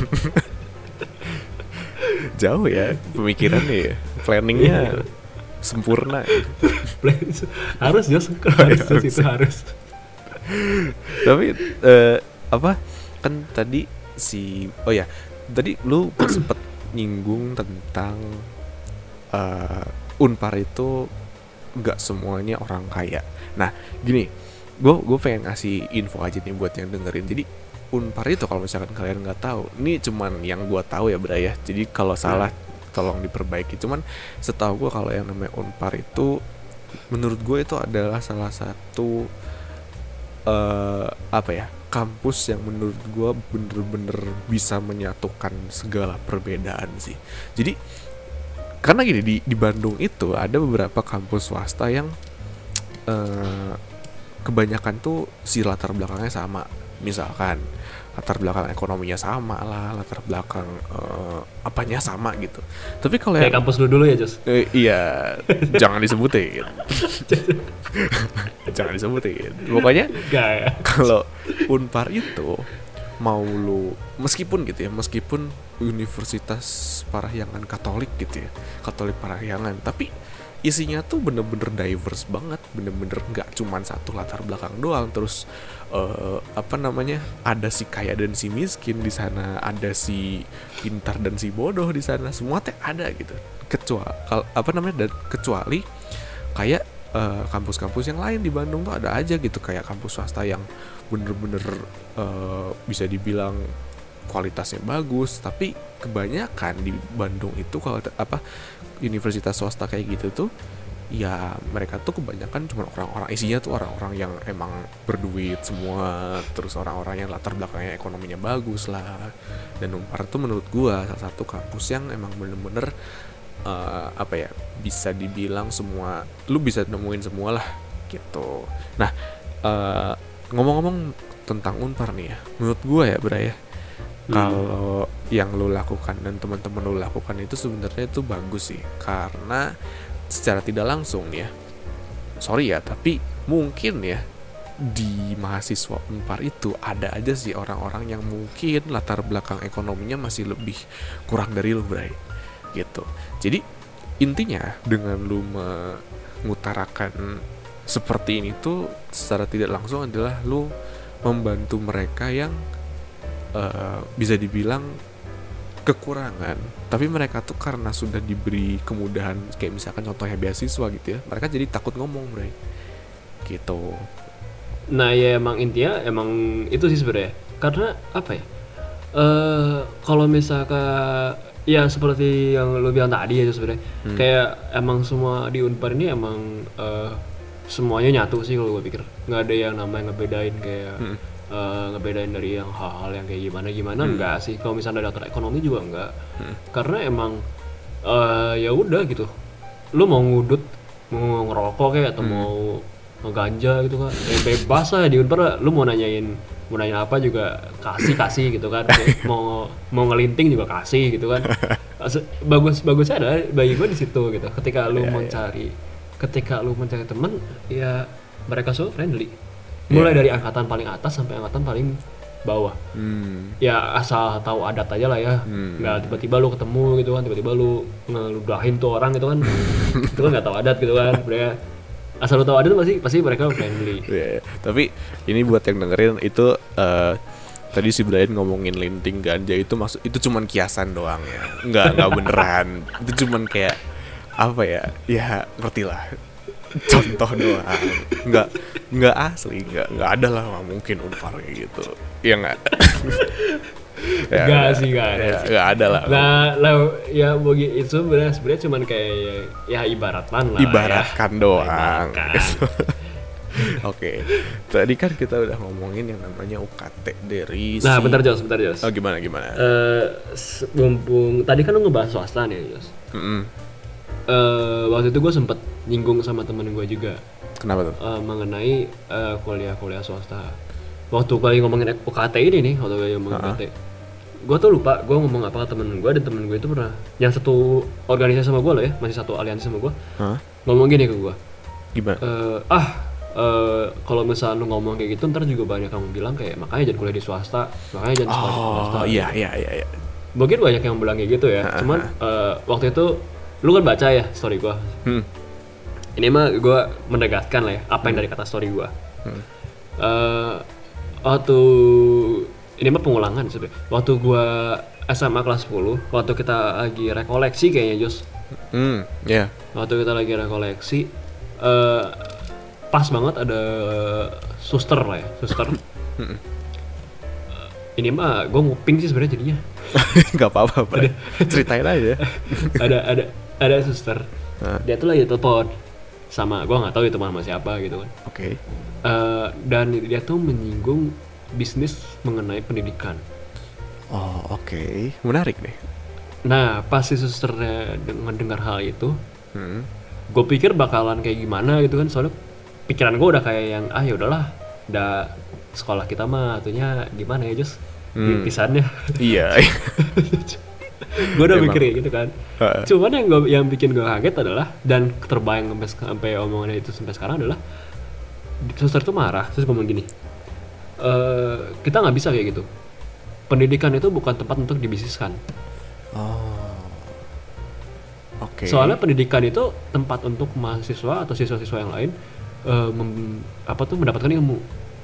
Jauh ya pemikirannya ya, planningnya sempurna. Harus Jos, harus Jos itu harus. Tapi uh, apa kan tadi si oh ya tadi lu sempet nyinggung tentang uh, Unpar itu nggak semuanya orang kaya. Nah gini, gue gue pengen ngasih info aja nih buat yang dengerin. Jadi Unpar itu kalau misalkan kalian nggak tahu, ini cuman yang gue tahu ya Bray ya. Jadi kalau salah tolong diperbaiki. Cuman setahu gue kalau yang namanya Unpar itu menurut gue itu adalah salah satu uh, apa ya kampus yang menurut gue bener-bener bisa menyatukan segala perbedaan sih. Jadi karena gini di di Bandung itu ada beberapa kampus swasta yang uh, kebanyakan tuh si latar belakangnya sama, misalkan latar belakang ekonominya sama lah, latar belakang uh, apanya sama gitu. Tapi kalau kayak yang, kampus lu dulu ya Jos? Eh, iya, jangan disebutin, jangan disebutin. Pokoknya kalau Unpar itu mau lu meskipun gitu ya, meskipun Universitas Parahyangan Katolik gitu ya, Katolik Parahyangan, tapi isinya tuh bener-bener diverse banget, bener-bener nggak cuman satu latar belakang doang. Terus uh, apa namanya, ada si kaya dan si miskin di sana, ada si pintar dan si bodoh di sana, semua teh ada gitu. Kecuali apa namanya, dan kecuali kayak uh, kampus-kampus yang lain di Bandung tuh ada aja gitu, kayak kampus swasta yang bener-bener uh, bisa dibilang kualitasnya bagus, tapi kebanyakan di Bandung itu kalau apa universitas swasta kayak gitu tuh ya mereka tuh kebanyakan cuma orang-orang, isinya tuh orang-orang yang emang berduit semua, terus orang-orang yang latar belakangnya ekonominya bagus lah. Dan Unpar tuh menurut gua salah satu kampus yang emang bener-bener uh, apa ya, bisa dibilang semua lu bisa nemuin semua lah gitu. Nah uh, ngomong-ngomong tentang Unpar nih ya, menurut gua ya Bra ya, Hmm. kalau yang lo lakukan dan teman-teman lo lakukan itu sebenarnya itu bagus sih, karena secara tidak langsung ya, sorry ya, tapi mungkin ya di mahasiswa Unpar itu ada aja sih orang-orang yang mungkin latar belakang ekonominya masih lebih kurang dari lo Bray gitu. Jadi intinya dengan lo mengutarakan seperti ini tuh secara tidak langsung adalah lo membantu mereka yang Uh, bisa dibilang kekurangan, tapi mereka tuh karena sudah diberi kemudahan, kayak misalkan contohnya beasiswa gitu ya, mereka jadi takut ngomong Bray gitu. Nah ya emang intinya emang itu sih sebenarnya, karena apa ya, uh, kalau misalkan ya seperti yang lo bilang tadi ya sebenarnya, hmm. kayak emang semua di Unpar ini emang uh, semuanya nyatu sih kalau gue pikir, nggak ada yang namanya ngebedain kayak hmm. Uh, ngebedain dari yang hal-hal yang kayak gimana-gimana, hmm. enggak sih. Kalau misalnya data ekonomi juga enggak, hmm. karena emang uh, ya udah gitu. Lu mau ngudut, mau ngerokok kayak atau hmm. mau ngeganja gitu kan, ya bebas lah di Unpar. Lu mau nanyain mau nanyain apa juga kasih kasih gitu kan. mau mau ngelinting juga kasih gitu kan. Bagus bagusnya ada bagi gue di situ gitu. Ketika lu yeah, mencari, yeah. ketika lu mencari teman, ya mereka so friendly. Mulai yeah. dari angkatan paling atas sampai angkatan paling bawah. Hmm. Ya asal tahu adat aja lah ya. Hmm. Nggak tiba-tiba lu ketemu gitu kan, tiba-tiba lu ngeludahin tuh orang gitu kan. Itu kan nggak tahu adat gitu kan. Mereka asal lu tahu adat pasti pasti mereka friendly. Yeah, yeah. Tapi ini buat yang dengerin itu uh, Tadi si Brian ngomongin linting ganja itu maksud itu cuman kiasan doang ya. Enggak, enggak beneran. Itu cuman kayak apa ya? Ya, ngerti lah. Contoh doang. Enggak enggak asli, enggak enggak ada lah nggak mungkin Unpar kayak gitu. Iya enggak? Ya, Enggak sih, enggak ada. Ya, sih. enggak ada lah. Nah, lah ya bagi itu sebenarnya sebenarnya cuman kayak ya ibaratan lah. Ibaratkan ya. doang. Ibaratkan. Oke, tadi kan kita udah ngomongin yang namanya U K T dari Nah, si... bentar Jos, bentar Jos. Oh, gimana gimana? Eh, se- mumpung tadi kan lu ngebahas swasta nih Jos. Mm-mm. Eh, waktu itu gue sempet nyinggung sama temen gue juga Kenapa tuh? eh, mengenai eh, kuliah-kuliah swasta. Waktu gue lagi ngomongin U K T ini nih, waktu gue ngomongin U K T, gue tuh lupa gue ngomong apa ke temen gue, dan temen gue itu pernah yang satu organisasi sama gue loh ya, masih satu aliansi sama gue, Hah? ngomong gini ke gue, Gimana? eh, ah eh, kalau misalnya lu ngomong kayak gitu ntar juga banyak yang bilang kayak makanya jangan kuliah di swasta, makanya jangan sekolah di swasta. Oh, iya iya iya iya. Mungkin banyak yang bilang kayak gitu ya. Cuman uh, waktu itu lu kan baca ya story gua. Hmm. Ini mah gua menegaskan lah ya apa yang dari kata story gua. Hmm. Uh, waktu ini mah pengulangan sebenarnya. Waktu gua S M A kelas sepuluh, waktu kita lagi rekoleksi kayaknya Jos. Hmm, ya. Waktu kita lagi rekoleksi uh, pas banget ada suster lah ya, suster. Uh, ini mah gua nguping sih sebenarnya jadinya. Gak apa-apa, Pak. Ceritain aja. ada ada ada suster. Hah? Dia tuh lagi telepon sama gua nggak tahu itu sama siapa gitu kan. Oke. Okay. Uh, dan dia tuh menyinggung bisnis mengenai pendidikan. Oh, oke. Okay. Menarik nih. Nah, pas si susternya dengar hal itu, Hmm. gue pikir bakalan kayak gimana gitu kan, soalnya pikiran gue udah kayak yang ah ya udahlah, udah sekolah kita mah atunya gimana ya Jus, Hmm. pisannya. Iya. Gue udah Emang. mikir kayak gitu kan. Uh. Cuman yang gua, yang bikin gue kaget adalah, dan terbayang sampai sampai omongannya itu sampai sekarang adalah, suster tuh marah terus ngomong gini, e, kita nggak bisa kayak gitu. Pendidikan itu bukan tempat untuk dibisniskan. Oh. Oke. Okay. Soalnya pendidikan itu tempat untuk mahasiswa atau siswa-siswa yang lain uh, mem, apa tuh mendapatkan ilmu.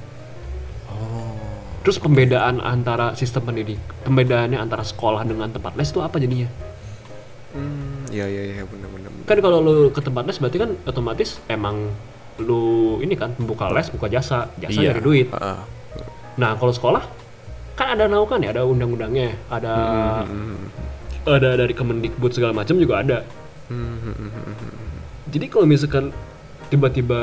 Oh. Terus pembedaan antara sistem pendidik, pembedaannya antara sekolah dengan tempat les itu apa jadinya? Hmm, ya ya ya benar-benar. Kan kalau lu ke tempat les berarti kan otomatis emang lu ini kan buka les, buka jasa, jasa Iya. dari duit. Uh. Nah kalau sekolah kan ada naukan ya, ada undang-undangnya, ada Hmm. ada dari Kemendikbud segala macam juga ada. Hmm. Jadi kalau misalkan tiba-tiba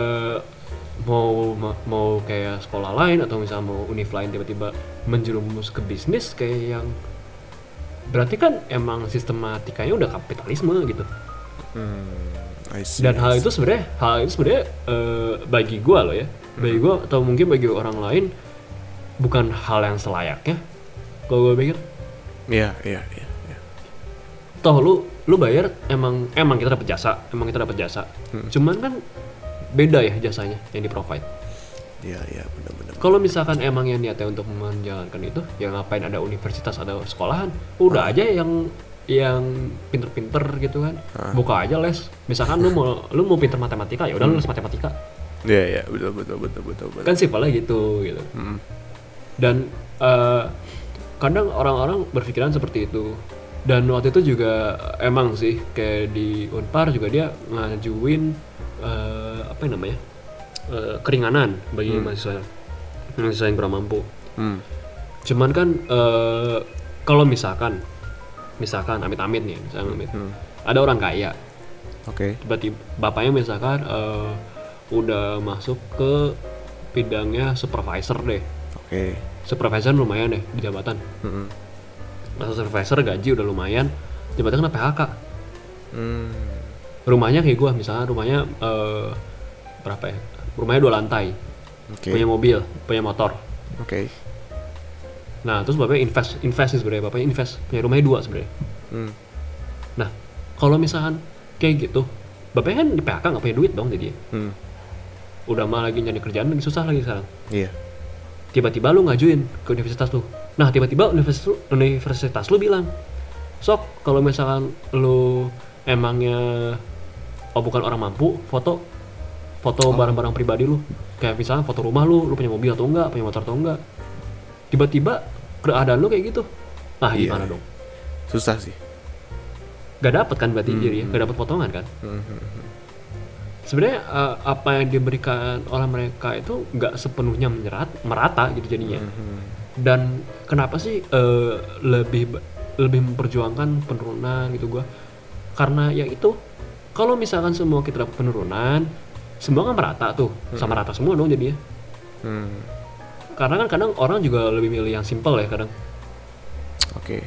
mau ma- mau kayak sekolah lain atau misalnya mau univ lain tiba-tiba menjerumus ke bisnis kayak yang berarti kan emang sistematikanya udah kapitalisme gitu. Hmm. I see, Dan I hal see. itu sebenarnya hal itu sebenarnya eh, bagi gua loh ya, bagi gua atau mungkin bagi orang lain bukan hal yang selayaknya. Kalau gua pikir, Iya iya iya. iya. toh lu lu bayar emang emang kita dapat jasa, emang kita dapat jasa. Hmm. Cuman kan beda ya jasanya yang di provide. Iya iya benar-benar. Kalau misalkan emang yang niatnya untuk menjalankan itu, ya ngapain ada universitas, ada sekolahan? Udah aja yang yang pinter-pinter gitu kan, Ah. buka aja les. Misalkan lu mau lu mau pinter matematika, ya udah lu les matematika. Iya iya betul betul betul betul betul. Kan simpelnya gitu gitu. Hmm. Dan eh, kadang orang-orang berpikiran seperti itu. Dan waktu itu juga emang sih kayak di Unpar juga dia ngajuin eh, apa yang namanya eh, keringanan bagi Hmm. mahasiswa mahasiswa yang kurang mampu. Hmm. Cuman kan eh, kalau misalkan misalkan amit-amit nih, misalkan amit, Hmm. ada orang kaya, Oke. tiba-tiba bapaknya misalkan eh, udah masuk ke bidangnya supervisor deh. Oke. Supervisor lumayan deh di jabatan. Hmm. Masa supervisor gaji udah lumayan, tiba-tiba kena P H K. Hmm. Rumahnya kayak gua, misalnya rumahnya eh, berapa ya? Rumahnya dua lantai, Oke. punya mobil, punya motor. Oke. Nah, terus bapaknya invest, invest sih sebenarnya, bapaknya invest, punya rumahnya dua sebenarnya. Hmm. Nah, kalau misalkan kayak gitu, bapaknya kan di P H K nggak punya duit dong jadi. Hmm. Udah mah lagi nyari kerjaan lagi susah lagi sekarang. Iya. Tiba-tiba lu ngajuin ke universitas lu. Nah, tiba-tiba universitas lu, universitas lu bilang, sok kalau misalkan lu emangnya oh bukan orang mampu, foto foto barang-barang pribadi lu, kayak misalnya foto rumah lu, lu punya mobil atau enggak, punya motor atau enggak. Tiba-tiba keadaan lu kayak gitu, nah Iya. gimana dong? Susah sih. Gak dapet kan berarti Hmm. jadi ya, gak dapet potongan kan? Hmm, hmm, hmm. Sebenarnya uh, apa yang diberikan oleh mereka itu nggak sepenuhnya menyerat, merata gitu jadinya. Hmm. Dan kenapa sih uh, lebih lebih memperjuangkan penurunan gitu gua? Karena ya itu, kalau misalkan semua kita dapat penurunan, semua kan merata tuh, sama rata semua dong jadinya. Hmm. Karena kan kadang orang juga lebih milih yang simple ya kadang. Oke.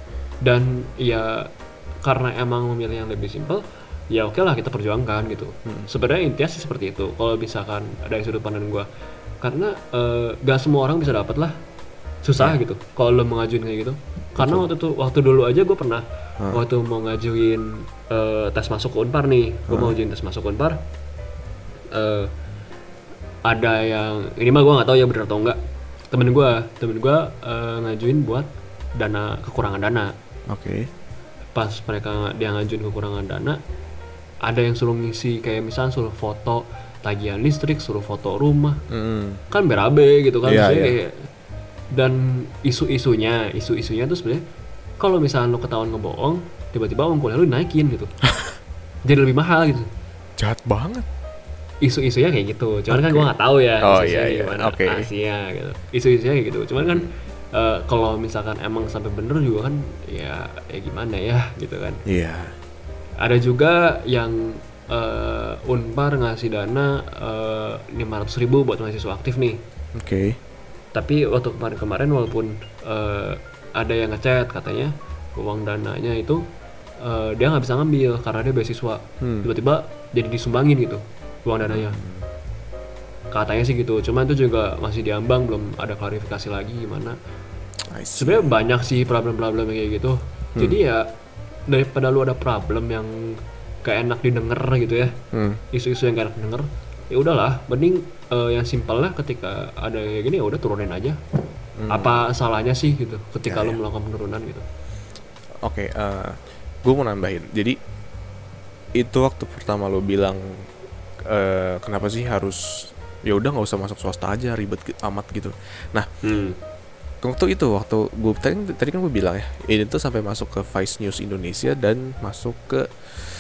Dan ya karena emang memilih yang lebih simple, ya oke lah kita perjuangkan gitu. Hmm. Sebenarnya intinya sih seperti itu. Kalau misalkan dari sudut pandang gue, karena uh, gak semua orang bisa dapat lah, susah Yeah. gitu. Kalau lo mau ngajuin kayak gitu, karena Betul. waktu itu waktu dulu aja gue pernah Hmm. waktu mau ngajuin uh, tes masuk ke Unpar nih, gue Hmm. mau ngajuin tes masuk ke Unpar. Uh, ada yang ini mah gue nggak tahu ya benar atau enggak. Temen gue, temen gue uh, ngajuin buat dana kekurangan dana. Oke. Pas mereka dia ngajuin kekurangan dana, ada yang suruh ngisi kayak misalnya suruh foto tagihan listrik, suruh foto rumah, Hmm. kan berabe gitu kan. Iya, Maksudnya iya. kayak, dan isu-isunya isu-isunya tuh sebenarnya kalau misalnya lo ketahuan ngebohong, tiba-tiba uang kuliah lo dinaikin gitu. Jadi lebih mahal gitu. Jahat banget. Isu-isunya kayak gitu, cuman kan Oke. gue nggak tahu ya Oh, isu-isunya iya, iya. gimana Oke. rahasia gitu. Isu-isunya kayak gitu, cuman kan eh, kalau misalkan emang sampai bener juga kan ya ya gimana ya gitu kan. Iya. Ada juga yang uh, Unpar ngasih dana uh, lima ratus ribu buat mahasiswa aktif nih. Oke. Tapi waktu kemarin-kemarin walaupun uh, ada yang ngechat katanya uang dananya itu uh, dia nggak bisa ngambil karena dia beasiswa. Hmm. Tiba-tiba jadi disumbangin gitu uang dananya. Katanya sih gitu. Cuman itu juga masih diambang, belum ada klarifikasi lagi gimana. I see. Sebenarnya banyak sih problem-problem kayak gitu. Jadi ya daripada lu ada problem yang gak enak didengar gitu ya, Hmm. isu-isu yang gak enak didengar, ya udahlah, mending eh, yang simpel lah ketika ada kayak gini ya udah turunin aja. Apa salahnya sih gitu ketika Ya, lu ya. melakukan penurunan gitu. Oke, gue mau nambahin. Jadi itu waktu pertama lo bilang eh, kenapa sih harus ya udah nggak usah masuk swasta aja ribet gi- amat gitu. Nah Hmm. waktu itu waktu gue tadi, tadi kan gue bilang ya ini tuh sampai masuk ke Vice News Indonesia dan masuk ke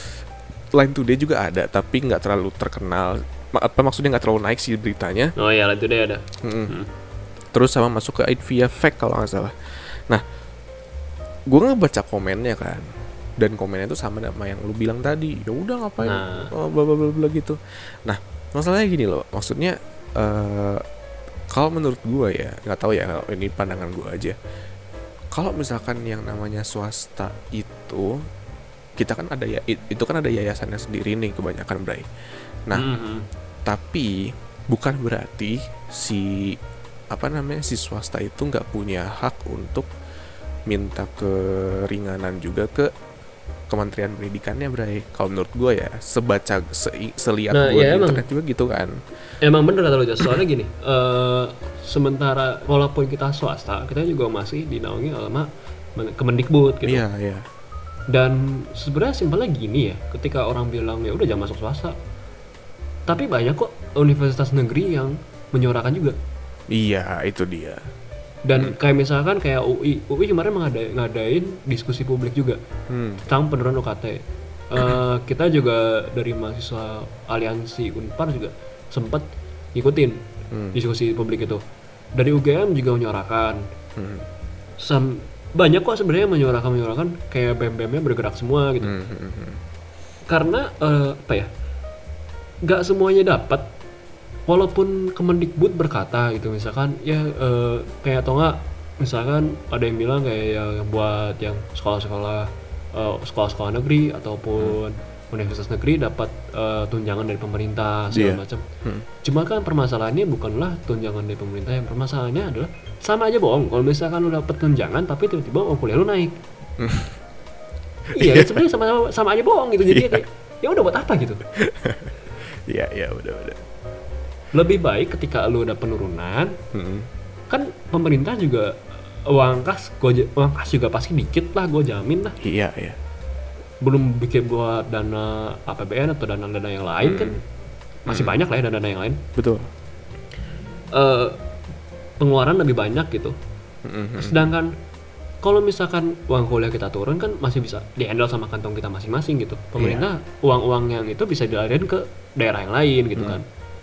Line Today juga ada tapi nggak terlalu terkenal. Ma- apa maksudnya nggak terlalu naik sih beritanya. Oh iya, itu deh ada. Mm-mm. Terus sama masuk ke Via Fact kalau nggak salah. Nah, gue ngebaca komennya kan, dan komennya itu sama sama yang lu bilang tadi. Ya udah ngapain, Nah. oh, bla bla bla bla gitu. Nah, masalahnya gini loh, maksudnya eh kalau menurut gue ya, nggak tahu ya, kalau ini pandangan gue aja. Kalau misalkan yang namanya swasta itu, kita kan ada ya, it- itu kan ada yayasannya sendiri nih kebanyakan, Bray. Nah, Mhm. tapi bukan berarti si apa namanya si swasta itu nggak punya hak untuk minta keringanan juga ke Kementerian Pendidikannya, Bray. Kalau menurut gue ya, sebaca se selihat Nah, gue iya, di emang. internet juga gitu kan. Emang bener kata lu Jas, soalnya gini, eh sementara walaupun kita swasta, kita juga masih dinaungi sama Kemendikbud gitu. Iya, iya. Dan sebenarnya simpelnya gini ya, ketika orang bilang ya udah jangan masuk swasta, tapi banyak kok universitas negeri yang menyuarakan juga. Iya, itu dia. Dan kayak misalkan kayak U I, U I kemarin mengadain ngadain diskusi publik juga Hmm. tentang penurunan U K T. Eh, kita juga dari mahasiswa aliansi Unpar juga sempat ngikutin Hmm. diskusi publik itu. Dari U G M juga menyuarakan. Hmm. Sam- banyak kok sebenarnya menyuarakan menyuarakan kayak B E M-B E M-nya bergerak semua gitu. Hmm, hmm, hmm. Karena eh, apa ya, nggak semuanya dapat, walaupun Kemendikbud berkata gitu misalkan ya eh, kayak atau nggak misalkan ada yang bilang kayak yang buat yang sekolah-sekolah eh, sekolah-sekolah negeri ataupun universitas negeri dapat eh, tunjangan dari pemerintah segala Iya. macam. Hmm. Cuma kan permasalahannya bukanlah tunjangan dari pemerintah, yang permasalahannya adalah sama aja bohong. Kalau misalkan lu dapat tunjangan tapi tiba-tiba uang kuliah lu naik. Iya, sebenarnya sama sama aja bohong gitu. Jadi Iya. kayak ya udah buat apa gitu. Iya, iya, udah, udah. Lebih baik ketika lu udah penurunan, Hmm. kan pemerintah juga uang kas, gua, j- uang kas juga pasti dikit lah, gue jamin lah. Iya, iya. Belum bikin buat dana A P B N atau dana-dana yang lain kan masih banyak lah ya dana-dana yang lain. Betul. Eh, pengeluaran lebih banyak gitu. Mm-hmm. Sedangkan kalau misalkan uang kuliah kita turun kan masih bisa di-handle sama kantong kita masing-masing gitu. Pemerintah yeah. uang-uang yang itu bisa dilarikan ke daerah yang lain gitu mm. kan.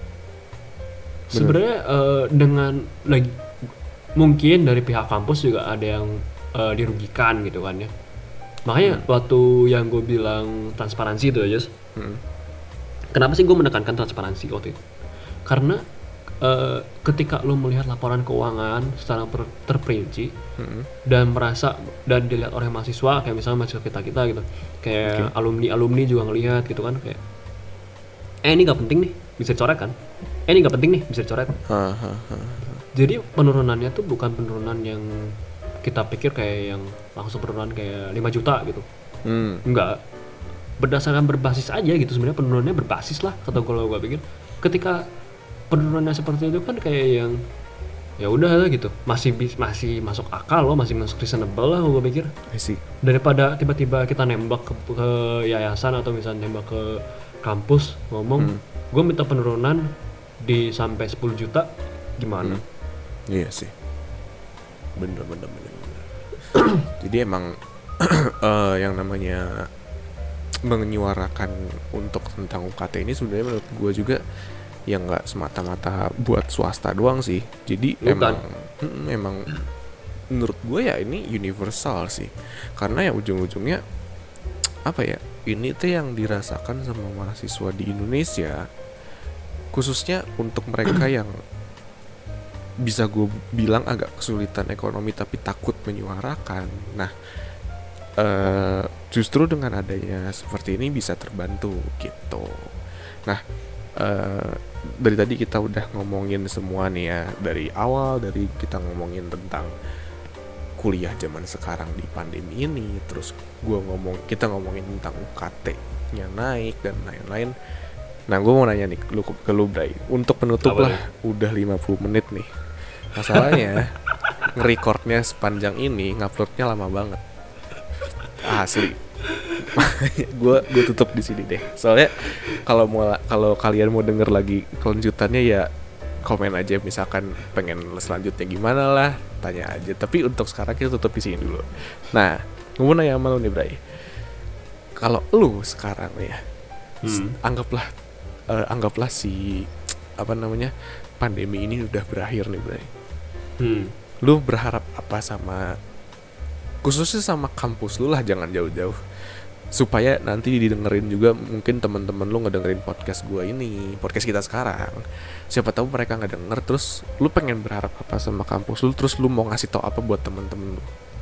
Sebenarnya uh, dengan lagi mungkin dari pihak kampus juga ada yang uh, dirugikan gitu kan ya. Makanya hmm. waktu yang gue bilang transparansi itu aja. Hmm. Kenapa sih gue menekankan transparansi waktu itu? Karena uh, ketika lo melihat laporan keuangan secara per, terperinci hmm. dan merasa dan dilihat oleh mahasiswa kayak misalnya mahasiswa kita kita gitu, kayak okay. alumni alumni juga ngelihat gitu kan kayak, eh ini nggak penting nih bisa dicoret kan? Eh ini nggak penting nih bisa dicoret. Uh, uh, uh, uh. Jadi penurunannya tuh bukan penurunan yang kita pikir kayak yang langsung penurunan kayak lima juta gitu. Hmm. Enggak. Berdasarkan berbasis aja gitu sebenarnya penurunannya berbasis lah kata kalau gue pikir. Ketika penurunannya seperti itu kan kayak yang ya udah gitu. Masih masih masuk akal loh, masih masuk reasonable lah gue pikir. I see. Daripada tiba-tiba kita nembak ke, ke yayasan atau misalnya nembak ke kampus ngomong, hmm. gue minta penurunan di sampai sepuluh juta gimana? Hmm. Iya sih. Bener bener bener. Jadi emang uh, yang namanya menyuarakan untuk tentang U K T ini sebenarnya menurut gue juga yang nggak semata-mata buat swasta doang sih. Jadi Bukan. emang mm, emang menurut gue ya ini universal sih. Karena ya ujung-ujungnya apa ya? Ini tuh yang dirasakan sama mahasiswa di Indonesia, khususnya untuk mereka yang bisa gue bilang agak kesulitan ekonomi tapi takut menyuarakan. Nah, uh, justru dengan adanya seperti ini bisa terbantu gitu. Nah, uh, dari tadi kita udah ngomongin semua nih ya, dari awal dari kita ngomongin tentang kuliah zaman sekarang di pandemi ini, terus gue ngomong kita ngomongin tentang U K T-nya naik dan lain-lain. Nah, gue mau nanya nih lu, ke lu Bray, untuk penutup Apa lah ya? Udah lima puluh menit nih. Masalahnya nge-recordnya sepanjang ini, nguploadnya lama banget. Asli. Gue gue tutup di sini deh. Soalnya kalau mau kalau kalian mau denger lagi kelanjutannya ya komen aja, misalkan pengen selanjutnya gimana lah, tanya aja. Tapi untuk sekarang kita tutup di sini dulu. Nah, gue mau nanya sama lu nih Bray. Kalau lu sekarang ya, hmm. anggaplah uh, anggaplah si apa namanya pandemi ini udah berakhir nih Bray. Hmm. Lu berharap apa sama khususnya sama kampus lu lah, jangan jauh-jauh, supaya nanti didengerin juga mungkin teman-teman lu ngedengerin podcast gua ini, podcast kita sekarang. Siapa tahu mereka nggak denger, terus lu pengen berharap apa sama kampus lu, terus lu mau ngasih tau apa buat teman-teman lu?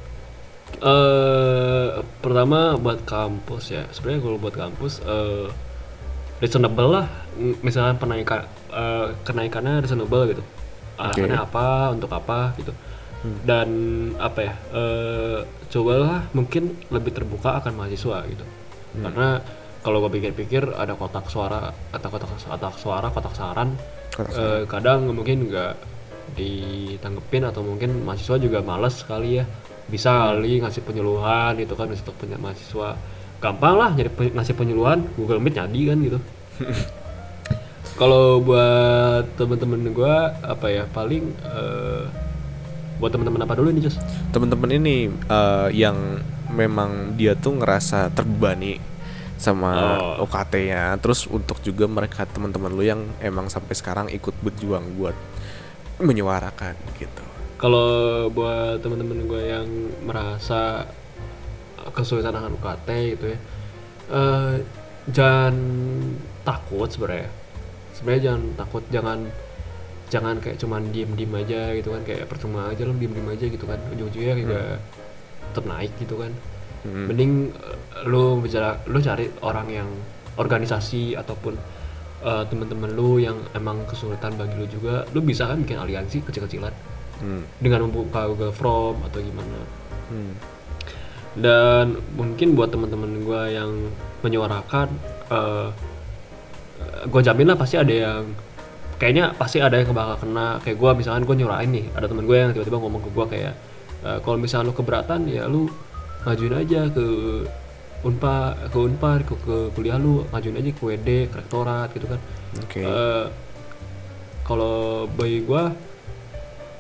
Uh, pertama buat kampus ya, sebenarnya kalau buat kampus uh, reasonable lah, misalnya penaikan uh, kenaikannya reasonable gitu. Alasannya okay. apa, untuk apa gitu. Hmm. Dan apa ya, uh, cobalah mungkin lebih terbuka akan mahasiswa gitu. Hmm. Karena kalau gue pikir-pikir ada kotak suara atau kotak kotak suara, kotak saran, kotak uh, kadang mungkin nggak ditanggepin atau mungkin mahasiswa juga malas kali ya. Bisa kali ngasih penyuluhan gitu kan untuk punya mahasiswa. Gampang lah jadi pe- ngasih penyuluhan, Google Meet jadi kan gitu. Kalau buat teman-teman gue apa ya, paling uh, buat teman-teman apa dulu nih Jos? Teman-teman ini uh, yang memang dia tuh ngerasa terbebani sama oh. U K T-nya, terus untuk juga mereka teman-teman lu yang emang sampai sekarang ikut berjuang buat menyuarakan gitu. Kalau buat teman-teman gue yang merasa kesulitan dengan U K T gitu ya, uh, jangan takut sebenarnya. Sebenarnya jangan takut, jangan jangan kayak cuman diem-diem aja gitu kan, kayak percuma aja lo diem-diem aja gitu kan, ujung-ujungnya juga hmm. tetap naik gitu kan. Hmm. Mending uh, lo bicara, lo cari orang yang organisasi ataupun uh, teman-teman lo yang emang kesulitan bagi lo juga, lo bisa kan bikin aliansi kecil-kecilan hmm. dengan membuka Google Form atau gimana. Hmm. Dan mungkin buat teman-teman gue yang menyuarakan, uh, gue jamin lah pasti ada yang kayaknya pasti ada yang bakal kena. Kayak gue misalkan gue nyurain nih, ada teman gue yang tiba-tiba ngomong ke gue kayak, uh, kalau misalnya lu keberatan ya lu ngajuin aja ke Unpar, ke Unpar, ke, ke kuliah lu, ngajuin aja ke W D, ke rektorat gitu kan. Oke. Okay. Uh, kalau bagi gue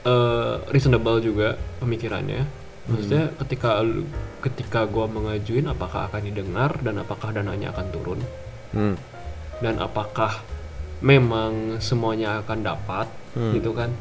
uh, reasonable juga pemikirannya. Maksudnya hmm. ketika ketika gue mengajuin apakah akan didengar dan apakah dananya akan turun hmm. dan apakah memang semuanya akan dapat hmm. gitu kan.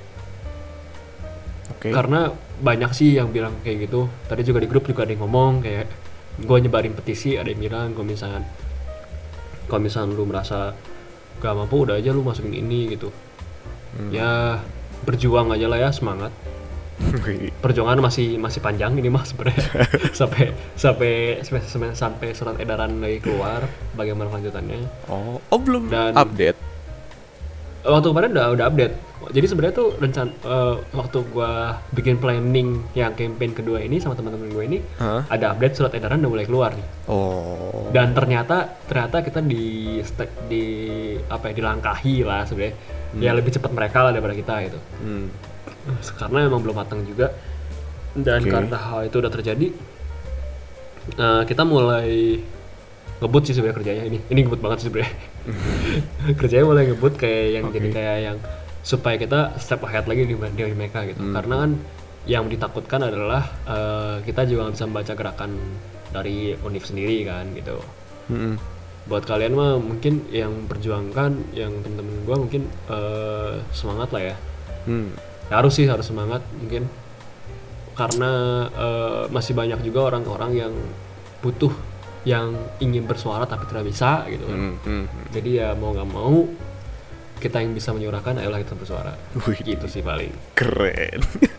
Okay. Karena banyak sih yang bilang kayak gitu. Tadi juga di grup juga ada yang ngomong kayak gue nyebarin petisi, ada yang bilang kalau misalnya kalau misalnya lu merasa gak mampu udah aja lu masukin ini gitu. Hmm. Ya berjuang aja lah ya, semangat. Perjuangan masih masih panjang ini mah sebenarnya. sampai sampai sampai sampai surat edaran lagi keluar bagaimana kelanjutannya. Oh, oh belum dan update. Waktu kemarin udah udah update. Jadi sebenarnya tuh rencana uh, waktu gua bikin planning yang campaign kedua ini sama teman-teman gue ini huh? ada update surat edaran udah mulai keluar nih. Oh. Dan ternyata ternyata kita di di apa ya dilangkahi lah sebenarnya. Hmm. Ya lebih cepat mereka lah daripada kita gitu. Hmm. Karena emang belum matang juga dan okay. karena hal itu udah terjadi uh, kita mulai ngebut sih sebenarnya kerjanya ini ini ngebut banget sih sebenarnya. Kerjanya mulai ngebut kayak yang okay. jadi kayak yang supaya kita step ahead lagi di dari mereka gitu. Hmm. Karena kan yang ditakutkan adalah uh, kita juga nggak bisa membaca gerakan dari univ sendiri kan gitu. Hmm. Buat kalian mah mungkin yang perjuangkan yang temen-temen gue mungkin uh, semangat lah ya. Hmm. Ya harus sih harus semangat mungkin karena uh, masih banyak juga orang-orang yang butuh yang ingin bersuara tapi tidak bisa gitu kan. Hmm, hmm, hmm. Jadi ya mau nggak mau kita yang bisa menyuarakan ayolah kita bersuara. Wih, gitu sih paling keren.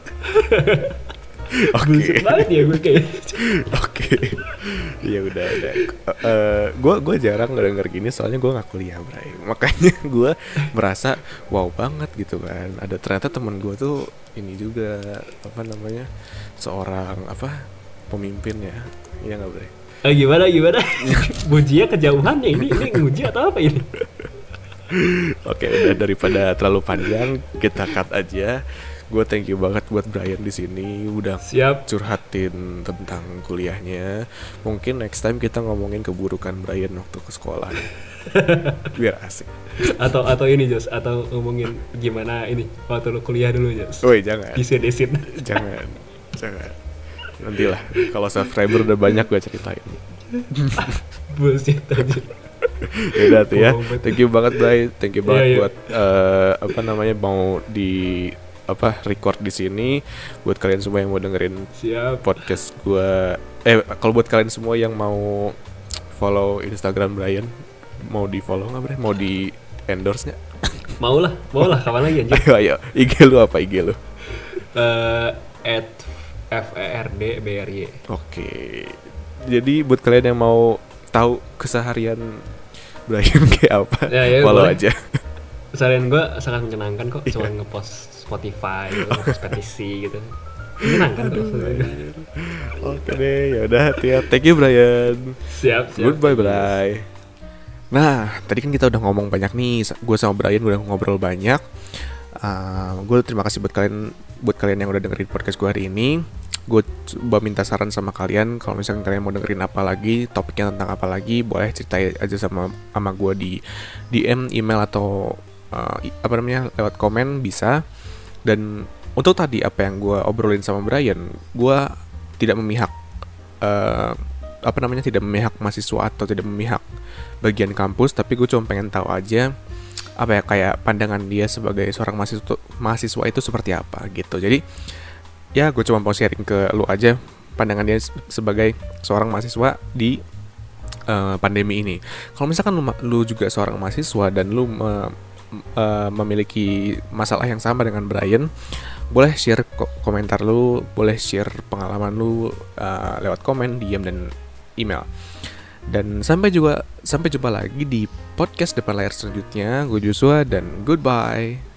Oke. Buset banget ya gue kayak. Oke. Ya udah udah. Gue uh, gue jarang ngedenger gini soalnya gue nggak kuliah, Bray. Makanya gue merasa wow banget gitu kan. Ada ternyata temen gue tuh ini juga apa namanya seorang apa pemimpin ya. Iya nggak, Bray? Eh, gimana gimana? Bujinya kejauhannya ini ini nguji atau apa ini? Oke, udah daripada terlalu panjang kita cut aja. Gue thank you banget buat Brian di sini udah siap curhatin tentang kuliahnya. Mungkin next time kita ngomongin keburukan Brian waktu ke sekolah. Biar asik. Atau atau ini Jos, atau ngomongin gimana ini waktu lu kuliah dulu Jos. Woi, jangan. Disin-disin. Jangan. Jangan. Nantilah kalau subscriber udah banyak gue ceritain. Bullshit aja. Yaudah tuh ya. Thank you banget Bray. Thank you banget yeah, yeah. buat uh, apa namanya mau di apa record di sini buat kalian semua yang mau dengerin Siap. podcast gue. Eh kalau buat kalian semua yang mau follow Instagram Brian, mau di follow nggak Bray? Mau di endorse nggak? Mau lah, mau lah. Kapan lagi anjir? Ayo ayo. I G lu apa I G lu? Uh, at F E R D B R Y. Oke. Jadi buat kalian yang mau tahu keseharian Brian kayak apa, ya, ya, follow boleh. Aja. Keseharian gue sangat menyenangkan kok, cuma yeah. ngepost Spotify, ngepost petisi gitu. Menyenangkan kok. Oke deh, ya udah ya. Thank you Brian. Siap, siap. Goodbye, bye. Nah, tadi kan kita udah ngomong banyak nih. Gue sama Brian udah ngobrol banyak. Uh, gue terima kasih buat kalian, buat kalian yang udah dengerin podcast gue hari ini. Gue coba minta saran sama kalian kalau misalnya kalian mau dengerin apa lagi, topiknya tentang apa lagi, boleh ceritain aja sama sama gue di D M, email atau uh, apa namanya lewat komen bisa. Dan untuk tadi apa yang gue obrolin sama Brian, gue tidak memihak uh, apa namanya tidak memihak mahasiswa atau tidak memihak bagian kampus, tapi gue cuma pengen tahu aja apa ya kayak pandangan dia sebagai seorang mahasiswa mahasiswa itu seperti apa gitu. Jadi ya gue cuma mau sharing ke lu aja pandangan dia sebagai seorang mahasiswa di uh, pandemi ini. Kalau misalkan lu, lu juga seorang mahasiswa dan lu uh, uh, memiliki masalah yang sama dengan Brian, boleh share ko- komentar lu, boleh share pengalaman lu uh, lewat komen, D M dan email. Dan sampai juga sampai jumpa lagi di podcast Depan Layar selanjutnya. Gue Joshua dan goodbye.